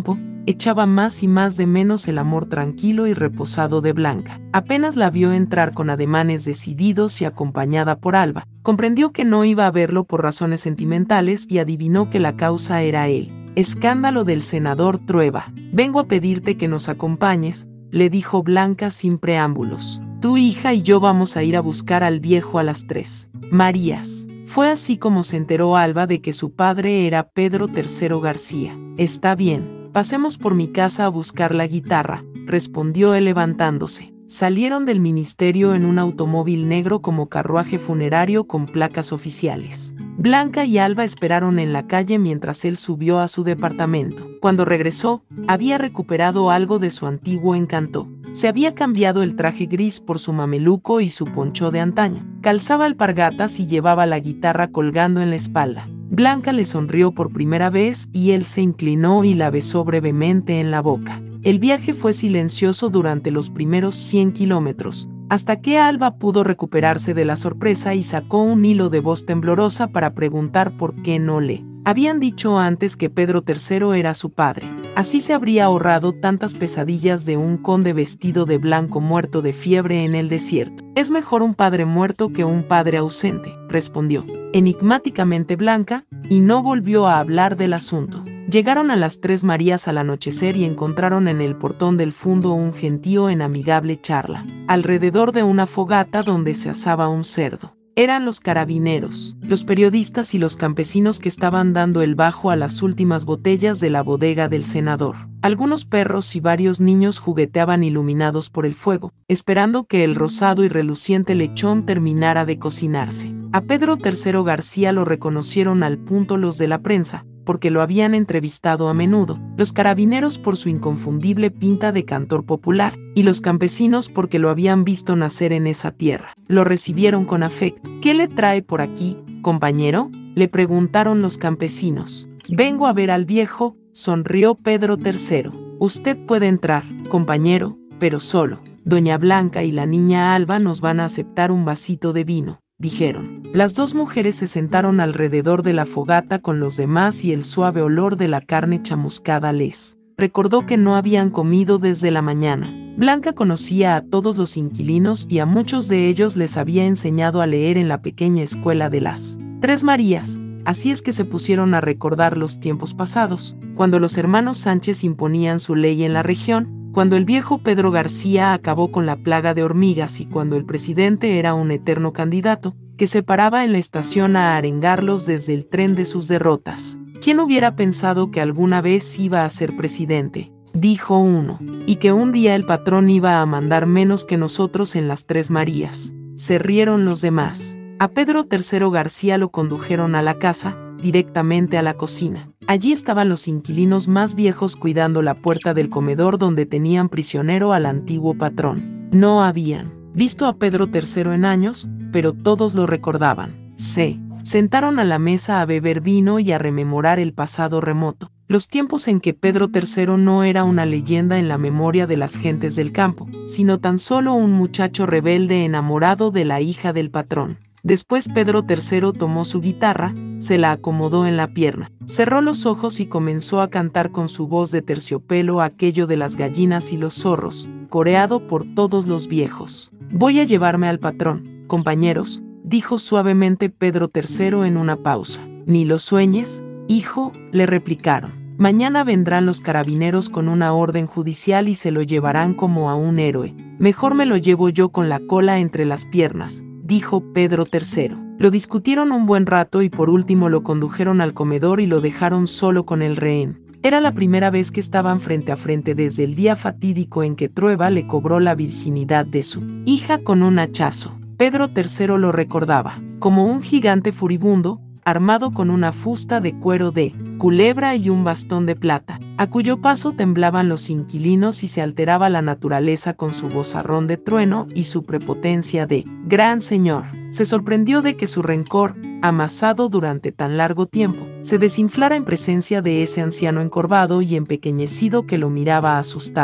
echaba más y más de menos el amor tranquilo y reposado de Blanca. Apenas la vio entrar con ademanes decididos y acompañada por Alba, comprendió que no iba a verlo por razones sentimentales y adivinó que la causa era él. Escándalo del senador Trueba. Vengo a pedirte que nos acompañes, le dijo Blanca sin preámbulos. Tu hija y yo vamos a ir a buscar al viejo a las tres Marías. Fue así como se enteró Alba de que su padre era Pedro tercero García. Está bien, pasemos por mi casa a buscar la guitarra, respondió él levantándose. Salieron del ministerio en un automóvil negro como carruaje funerario con placas oficiales. Blanca y Alba esperaron en la calle mientras él subió a su departamento. Cuando regresó, había recuperado algo de su antiguo encanto. Se había cambiado el traje gris por su mameluco y su poncho de antaño. Calzaba alpargatas y llevaba la guitarra colgando en la espalda. Blanca le sonrió por primera vez y él se inclinó y la besó brevemente en la boca. El viaje fue silencioso durante los primeros cien kilómetros, hasta que Alba pudo recuperarse de la sorpresa y sacó un hilo de voz temblorosa para preguntar por qué no le habían dicho antes que Pedro tercero era su padre. Así se habría ahorrado tantas pesadillas de un conde vestido de blanco muerto de fiebre en el desierto. Es mejor un padre muerto que un padre ausente, respondió enigmáticamente Blanca, y no volvió a hablar del asunto. Llegaron a las Tres Marías al anochecer y encontraron en el portón del fundo un gentío en amigable charla, alrededor de una fogata donde se asaba un cerdo. Eran los carabineros, los periodistas y los campesinos que estaban dando el bajo a las últimas botellas de la bodega del senador. Algunos perros y varios niños jugueteaban iluminados por el fuego, esperando que el rosado y reluciente lechón terminara de cocinarse. A Pedro tercero García lo reconocieron al punto los de la prensa, porque lo habían entrevistado a menudo, los carabineros por su inconfundible pinta de cantor popular, y los campesinos porque lo habían visto nacer en esa tierra. Lo recibieron con afecto. ¿Qué le trae por aquí, compañero?, le preguntaron los campesinos. Vengo a ver al viejo, sonrió Pedro tercero. Usted puede entrar, compañero, pero solo. Doña Blanca y la niña Alba nos van a aceptar un vasito de vino, dijeron. Las dos mujeres se sentaron alrededor de la fogata con los demás y el suave olor de la carne chamuscada les recordó que no habían comido desde la mañana. Blanca conocía a todos los inquilinos y a muchos de ellos les había enseñado a leer en la pequeña escuela de las Tres Marías, así es que se pusieron a recordar los tiempos pasados, cuando los hermanos Sánchez imponían su ley en la región, cuando el viejo Pedro García acabó con la plaga de hormigas y cuando el presidente era un eterno candidato, que se paraba en la estación a arengarlos desde el tren de sus derrotas. ¿Quién hubiera pensado que alguna vez iba a ser presidente?, dijo uno, y que un día el patrón iba a mandar menos que nosotros en las Tres Marías. Se rieron los demás. A Pedro tercero García lo condujeron a la casa, directamente a la cocina. Allí estaban los inquilinos más viejos cuidando la puerta del comedor donde tenían prisionero al antiguo patrón. No habían visto a Pedro tercero en años, pero todos lo recordaban. Se sentaron a la mesa a beber vino y a rememorar el pasado remoto, los tiempos en que Pedro tercero no era una leyenda en la memoria de las gentes del campo, sino tan solo un muchacho rebelde enamorado de la hija del patrón. Después Pedro tercero tomó su guitarra, se la acomodó en la pierna, cerró los ojos y comenzó a cantar con su voz de terciopelo aquello de las gallinas y los zorros, coreado por todos los viejos. Voy a llevarme al patrón, compañeros, dijo suavemente Pedro tercero en una pausa. Ni lo sueñes, hijo, le replicaron. Mañana vendrán los carabineros con una orden judicial y se lo llevarán como a un héroe. Mejor me lo llevo yo con la cola entre las piernas, dijo Pedro tercero. Lo discutieron un buen rato y por último lo condujeron al comedor y lo dejaron solo con el rehén. Era la primera vez que estaban frente a frente desde el día fatídico en que Trueba le cobró la virginidad de su hija con un hachazo. Pedro tercero lo recordaba como un gigante furibundo, armado con una fusta de cuero de culebra y un bastón de plata, a cuyo paso temblaban los inquilinos y se alteraba la naturaleza con su vozarrón de trueno y su prepotencia de gran señor. Se sorprendió de que su rencor, amasado durante tan largo tiempo, se desinflara en presencia de ese anciano encorvado y empequeñecido que lo miraba asustado.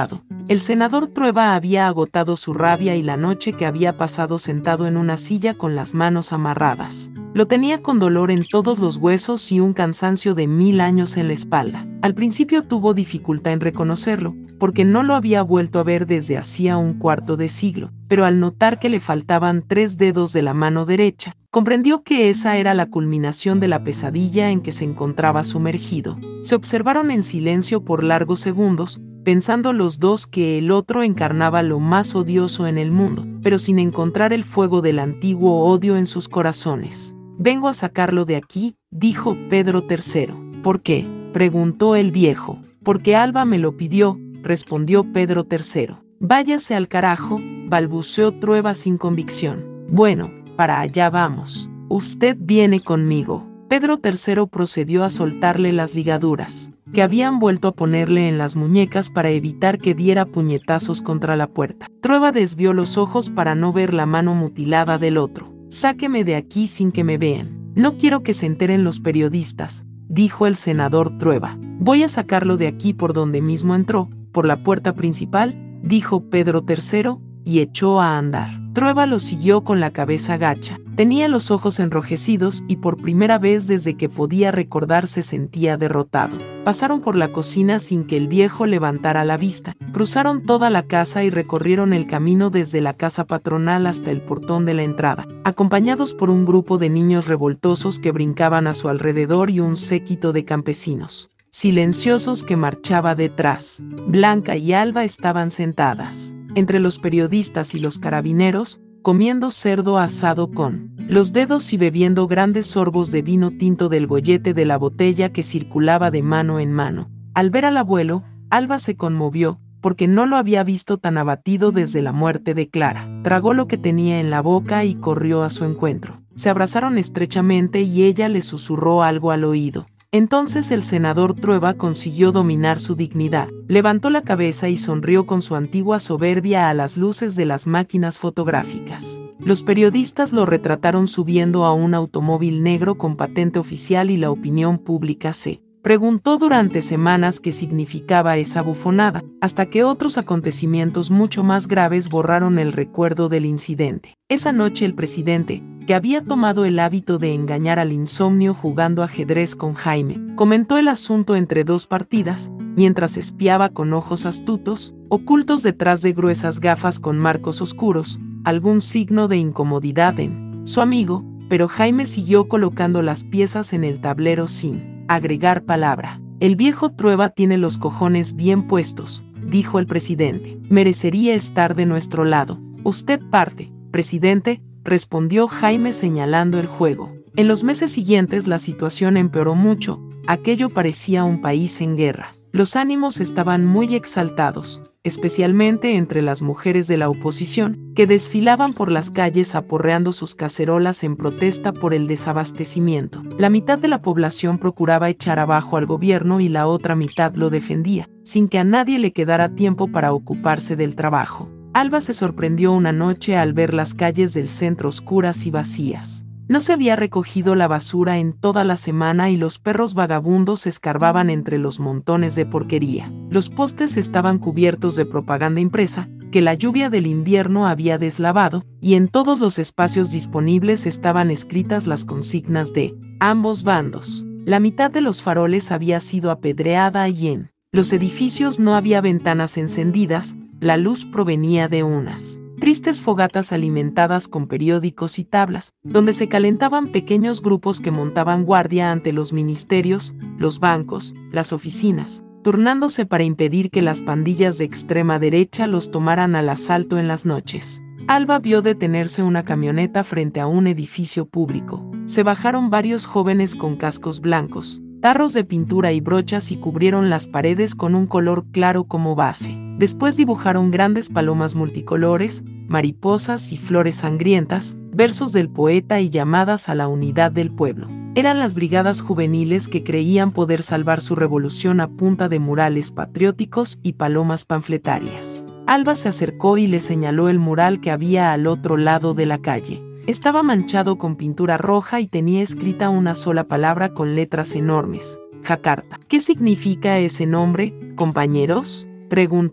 El senador Trueba había agotado su rabia y la noche que había pasado sentado en una silla con las manos amarradas. Lo tenía con dolor en todos los huesos y un cansancio de mil años en la espalda. Al principio tuvo dificultad en reconocerlo, porque no lo había vuelto a ver desde hacía un cuarto de siglo, pero al notar que le faltaban tres dedos de la mano derecha, comprendió que esa era la culminación de la pesadilla en que se encontraba sumergido. Se observaron en silencio por largos segundos, pensando los dos que el otro encarnaba lo más odioso en el mundo, pero sin encontrar el fuego del antiguo odio en sus corazones. «Vengo a sacarlo de aquí», dijo Pedro tercero. «¿Por qué?», preguntó el viejo. «Porque Alba me lo pidió», respondió Pedro tercero. «Váyase al carajo», balbuceó Trueba sin convicción. «Bueno, para allá vamos. Usted viene conmigo». Pedro tercero procedió a soltarle las ligaduras, que habían vuelto a ponerle en las muñecas para evitar que diera puñetazos contra la puerta. Trueba desvió los ojos para no ver la mano mutilada del otro. «Sáqueme de aquí sin que me vean. No quiero que se enteren los periodistas», dijo el senador Trueba. «Voy a sacarlo de aquí por donde mismo entró, por la puerta principal», dijo Pedro tercero, y echó a andar. Trueba lo siguió con la cabeza gacha. Tenía los ojos enrojecidos y por primera vez desde que podía recordar se sentía derrotado. Pasaron por la cocina sin que el viejo levantara la vista. Cruzaron toda la casa y recorrieron el camino desde la casa patronal hasta el portón de la entrada, acompañados por un grupo de niños revoltosos que brincaban a su alrededor y un séquito de campesinos silenciosos que marchaba detrás. Blanca y Alba estaban sentadas entre los periodistas y los carabineros, comiendo cerdo asado con los dedos y bebiendo grandes sorbos de vino tinto del gollete de la botella que circulaba de mano en mano. Al ver al abuelo, Alba se conmovió, porque no lo había visto tan abatido desde la muerte de Clara. Tragó lo que tenía en la boca y corrió a su encuentro. Se abrazaron estrechamente y ella le susurró algo al oído. Entonces el senador Trueba consiguió dominar su dignidad, levantó la cabeza y sonrió con su antigua soberbia a las luces de las máquinas fotográficas. Los periodistas lo retrataron subiendo a un automóvil negro con patente oficial y la opinión pública se preguntó durante semanas qué significaba esa bufonada, hasta que otros acontecimientos mucho más graves borraron el recuerdo del incidente. Esa noche el presidente, que había tomado el hábito de engañar al insomnio jugando ajedrez con Jaime, comentó el asunto entre dos partidas, mientras espiaba con ojos astutos, ocultos detrás de gruesas gafas con marcos oscuros, algún signo de incomodidad en su amigo, pero Jaime siguió colocando las piezas en el tablero sin agregar palabra. «El viejo Trueba tiene los cojones bien puestos», dijo el presidente. «Merecería estar de nuestro lado. Usted parte, presidente», respondió Jaime señalando el juego. En los meses siguientes la situación empeoró mucho, aquello parecía un país en guerra. Los ánimos estaban muy exaltados, especialmente entre las mujeres de la oposición, que desfilaban por las calles aporreando sus cacerolas en protesta por el desabastecimiento. La mitad de la población procuraba echar abajo al gobierno y la otra mitad lo defendía, sin que a nadie le quedara tiempo para ocuparse del trabajo. Alba se sorprendió una noche al ver las calles del centro oscuras y vacías. No se había recogido la basura en toda la semana y los perros vagabundos escarbaban entre los montones de porquería. Los postes estaban cubiertos de propaganda impresa, que la lluvia del invierno había deslavado, y en todos los espacios disponibles estaban escritas las consignas de ambos bandos. La mitad de los faroles había sido apedreada y en los edificios no había ventanas encendidas, la luz provenía de unas tristes fogatas alimentadas con periódicos y tablas, donde se calentaban pequeños grupos que montaban guardia ante los ministerios, los bancos, las oficinas, turnándose para impedir que las pandillas de extrema derecha los tomaran al asalto en las noches. Alba vio detenerse una camioneta frente a un edificio público. Se bajaron varios jóvenes con cascos blancos, tarros de pintura y brochas y cubrieron las paredes con un color claro como base. Después dibujaron grandes palomas multicolores, mariposas y flores sangrientas, versos del poeta y llamadas a la unidad del pueblo. Eran las brigadas juveniles que creían poder salvar su revolución a punta de murales patrióticos y palomas panfletarias. Alba se acercó y le señaló el mural que había al otro lado de la calle. Estaba manchado con pintura roja y tenía escrita una sola palabra con letras enormes: Jakarta. «¿Qué significa ese nombre, compañeros?», preguntó.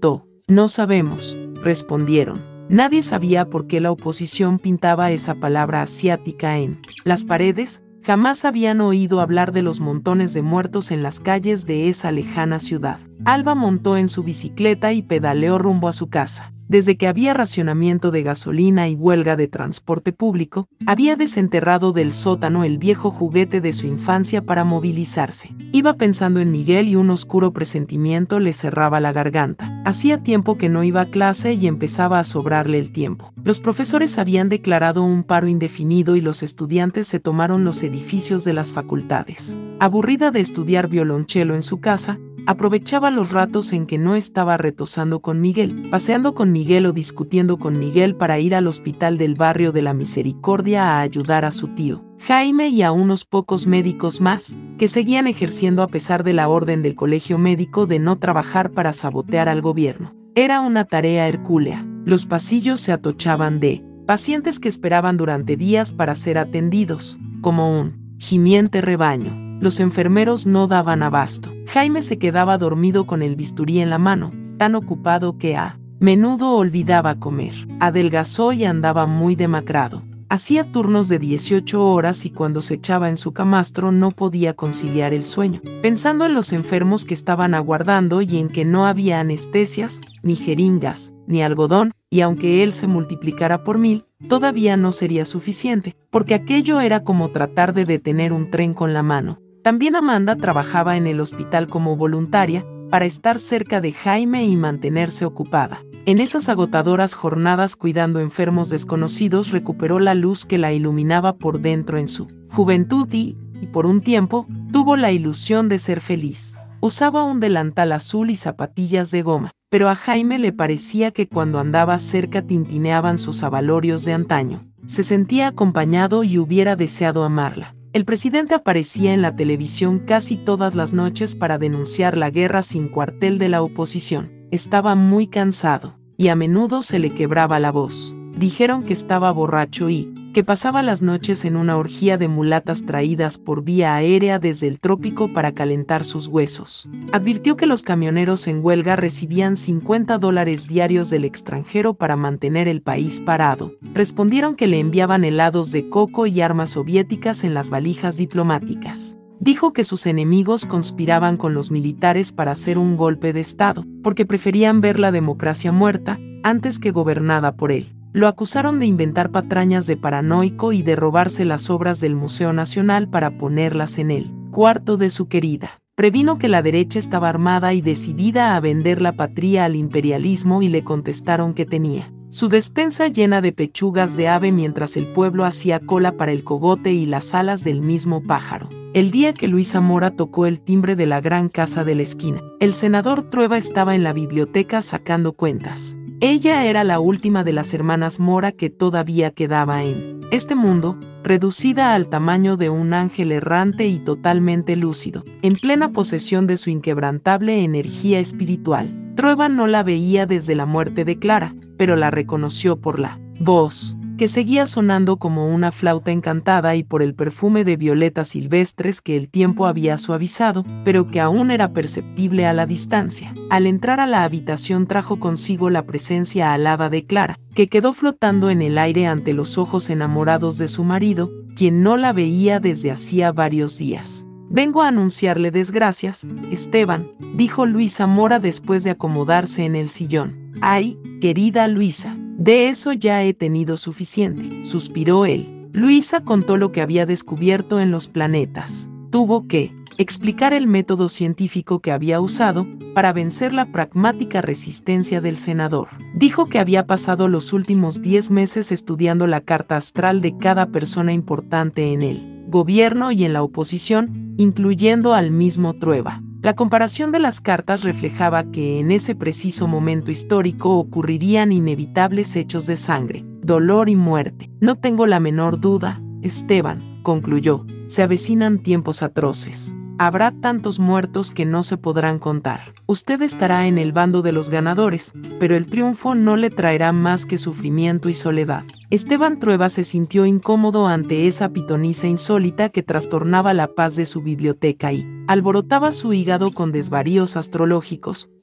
No sabemos, respondieron. Nadie sabía por qué la oposición pintaba esa palabra asiática en las paredes. Jamás habían oído hablar de los montones de muertos en las calles de esa lejana ciudad. Alba montó en su bicicleta y pedaleó rumbo a su casa. Desde que había racionamiento de gasolina y huelga de transporte público, había desenterrado del sótano el viejo juguete de su infancia para movilizarse. Iba pensando en Miguel y un oscuro presentimiento le cerraba la garganta. Hacía tiempo que no iba a clase y empezaba a sobrarle el tiempo. Los profesores habían declarado un paro indefinido y los estudiantes se tomaron los edificios de las facultades. Aburrida de estudiar violonchelo en su casa, aprovechaba los ratos en que no estaba retosando con Miguel, paseando con Miguel o discutiendo con Miguel para ir al hospital del barrio de la Misericordia a ayudar a su tío Jaime y a unos pocos médicos más, que seguían ejerciendo a pesar de la orden del colegio médico de no trabajar para sabotear al gobierno. Era una tarea hercúlea. Los pasillos se atochaban de pacientes que esperaban durante días para ser atendidos, como un gimiente rebaño. Los enfermeros no daban abasto. Jaime se quedaba dormido con el bisturí en la mano, tan ocupado que a menudo olvidaba comer. Adelgazó y andaba muy demacrado. Hacía turnos de dieciocho horas y cuando se echaba en su camastro no podía conciliar el sueño, pensando en los enfermos que estaban aguardando y en que no había anestesias, ni jeringas, ni algodón, y aunque él se multiplicara por mil, todavía no sería suficiente, porque aquello era como tratar de detener un tren con la mano. También Amanda trabajaba en el hospital como voluntaria, para estar cerca de Jaime y mantenerse ocupada. En esas agotadoras jornadas cuidando enfermos desconocidos recuperó la luz que la iluminaba por dentro en su juventud y, y por un tiempo, tuvo la ilusión de ser feliz. Usaba un delantal azul y zapatillas de goma, pero a Jaime le parecía que cuando andaba cerca tintineaban sus abalorios de antaño. Se sentía acompañado y hubiera deseado amarla. El presidente aparecía en la televisión casi todas las noches para denunciar la guerra sin cuartel de la oposición. Estaba muy cansado, y a menudo se le quebraba la voz. Dijeron que estaba borracho y que pasaba las noches en una orgía de mulatas traídas por vía aérea desde el trópico para calentar sus huesos. Advirtió que los camioneros en huelga recibían cincuenta dólares diarios del extranjero para mantener el país parado. Respondieron que le enviaban helados de coco y armas soviéticas en las valijas diplomáticas. Dijo que sus enemigos conspiraban con los militares para hacer un golpe de Estado, porque preferían ver la democracia muerta antes que gobernada por él. Lo acusaron de inventar patrañas de paranoico y de robarse las obras del Museo Nacional para ponerlas en el cuarto de su querida. Previno que la derecha estaba armada y decidida a vender la patria al imperialismo y le contestaron que tenía su despensa llena de pechugas de ave mientras el pueblo hacía cola para el cogote y las alas del mismo pájaro. El día que Luisa Mora tocó el timbre de la gran casa de la esquina, el senador Trueba estaba en la biblioteca sacando cuentas. Ella era la última de las hermanas Mora que todavía quedaba en este mundo, reducida al tamaño de un ángel errante y totalmente lúcido, en plena posesión de su inquebrantable energía espiritual. Trueba no la veía desde la muerte de Clara, pero la reconoció por la voz, que seguía sonando como una flauta encantada y por el perfume de violetas silvestres que el tiempo había suavizado, pero que aún era perceptible a la distancia. Al entrar a la habitación trajo consigo la presencia alada de Clara, que quedó flotando en el aire ante los ojos enamorados de su marido, quien no la veía desde hacía varios días. «Vengo a anunciarle desgracias, Esteban», dijo Luisa Mora después de acomodarse en el sillón. «Ay, querida Luisa, de eso ya he tenido suficiente», suspiró él. Luisa contó lo que había descubierto en los planetas. Tuvo que explicar el método científico que había usado para vencer la pragmática resistencia del senador. Dijo que había pasado los últimos diez meses estudiando la carta astral de cada persona importante en el gobierno y en la oposición, incluyendo al mismo Trueba. La comparación de las cartas reflejaba que en ese preciso momento histórico ocurrirían inevitables hechos de sangre, dolor y muerte. «No tengo la menor duda, Esteban», concluyó, «se avecinan tiempos atroces. Habrá tantos muertos que no se podrán contar. Usted estará en el bando de los ganadores, pero el triunfo no le traerá más que sufrimiento y soledad». Esteban Trueba se sintió incómodo ante esa pitonisa insólita que trastornaba la paz de su biblioteca y alborotaba su hígado con desvaríos astrológicos,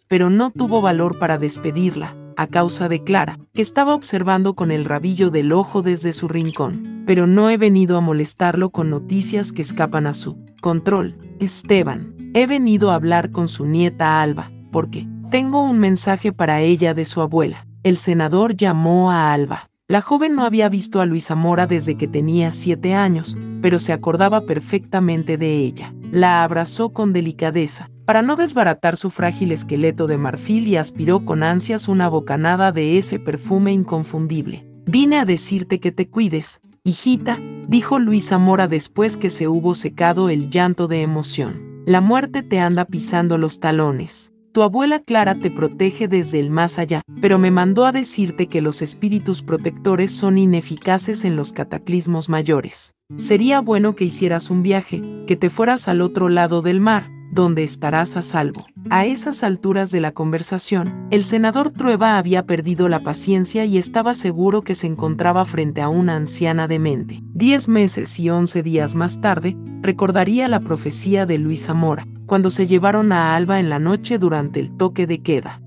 pero no tuvo valor para despedirla, a causa de Clara, que estaba observando con el rabillo del ojo desde su rincón. Pero no he venido a molestarlo con noticias que escapan a su control, Esteban. He venido a hablar con su nieta Alba, porque tengo un mensaje para ella de su abuela. El senador llamó a Alba. La joven no había visto a Luisa Mora desde que tenía siete años, pero se acordaba perfectamente de ella. La abrazó con delicadeza, para no desbaratar su frágil esqueleto de marfil, y aspiró con ansias una bocanada de ese perfume inconfundible. Vine a decirte que te cuides, hijita, dijo Luisa Mora después que se hubo secado el llanto de emoción. La muerte te anda pisando los talones. Tu abuela Clara te protege desde el más allá, pero me mandó a decirte que los espíritus protectores son ineficaces en los cataclismos mayores. Sería bueno que hicieras un viaje, que te fueras al otro lado del mar, donde estarás a salvo. A esas alturas de la conversación, el senador Trueba había perdido la paciencia y estaba seguro que se encontraba frente a una anciana demente. Diez meses y once días más tarde, recordaría la profecía de Luisa Mora, cuando se llevaron a Alba en la noche durante el toque de queda.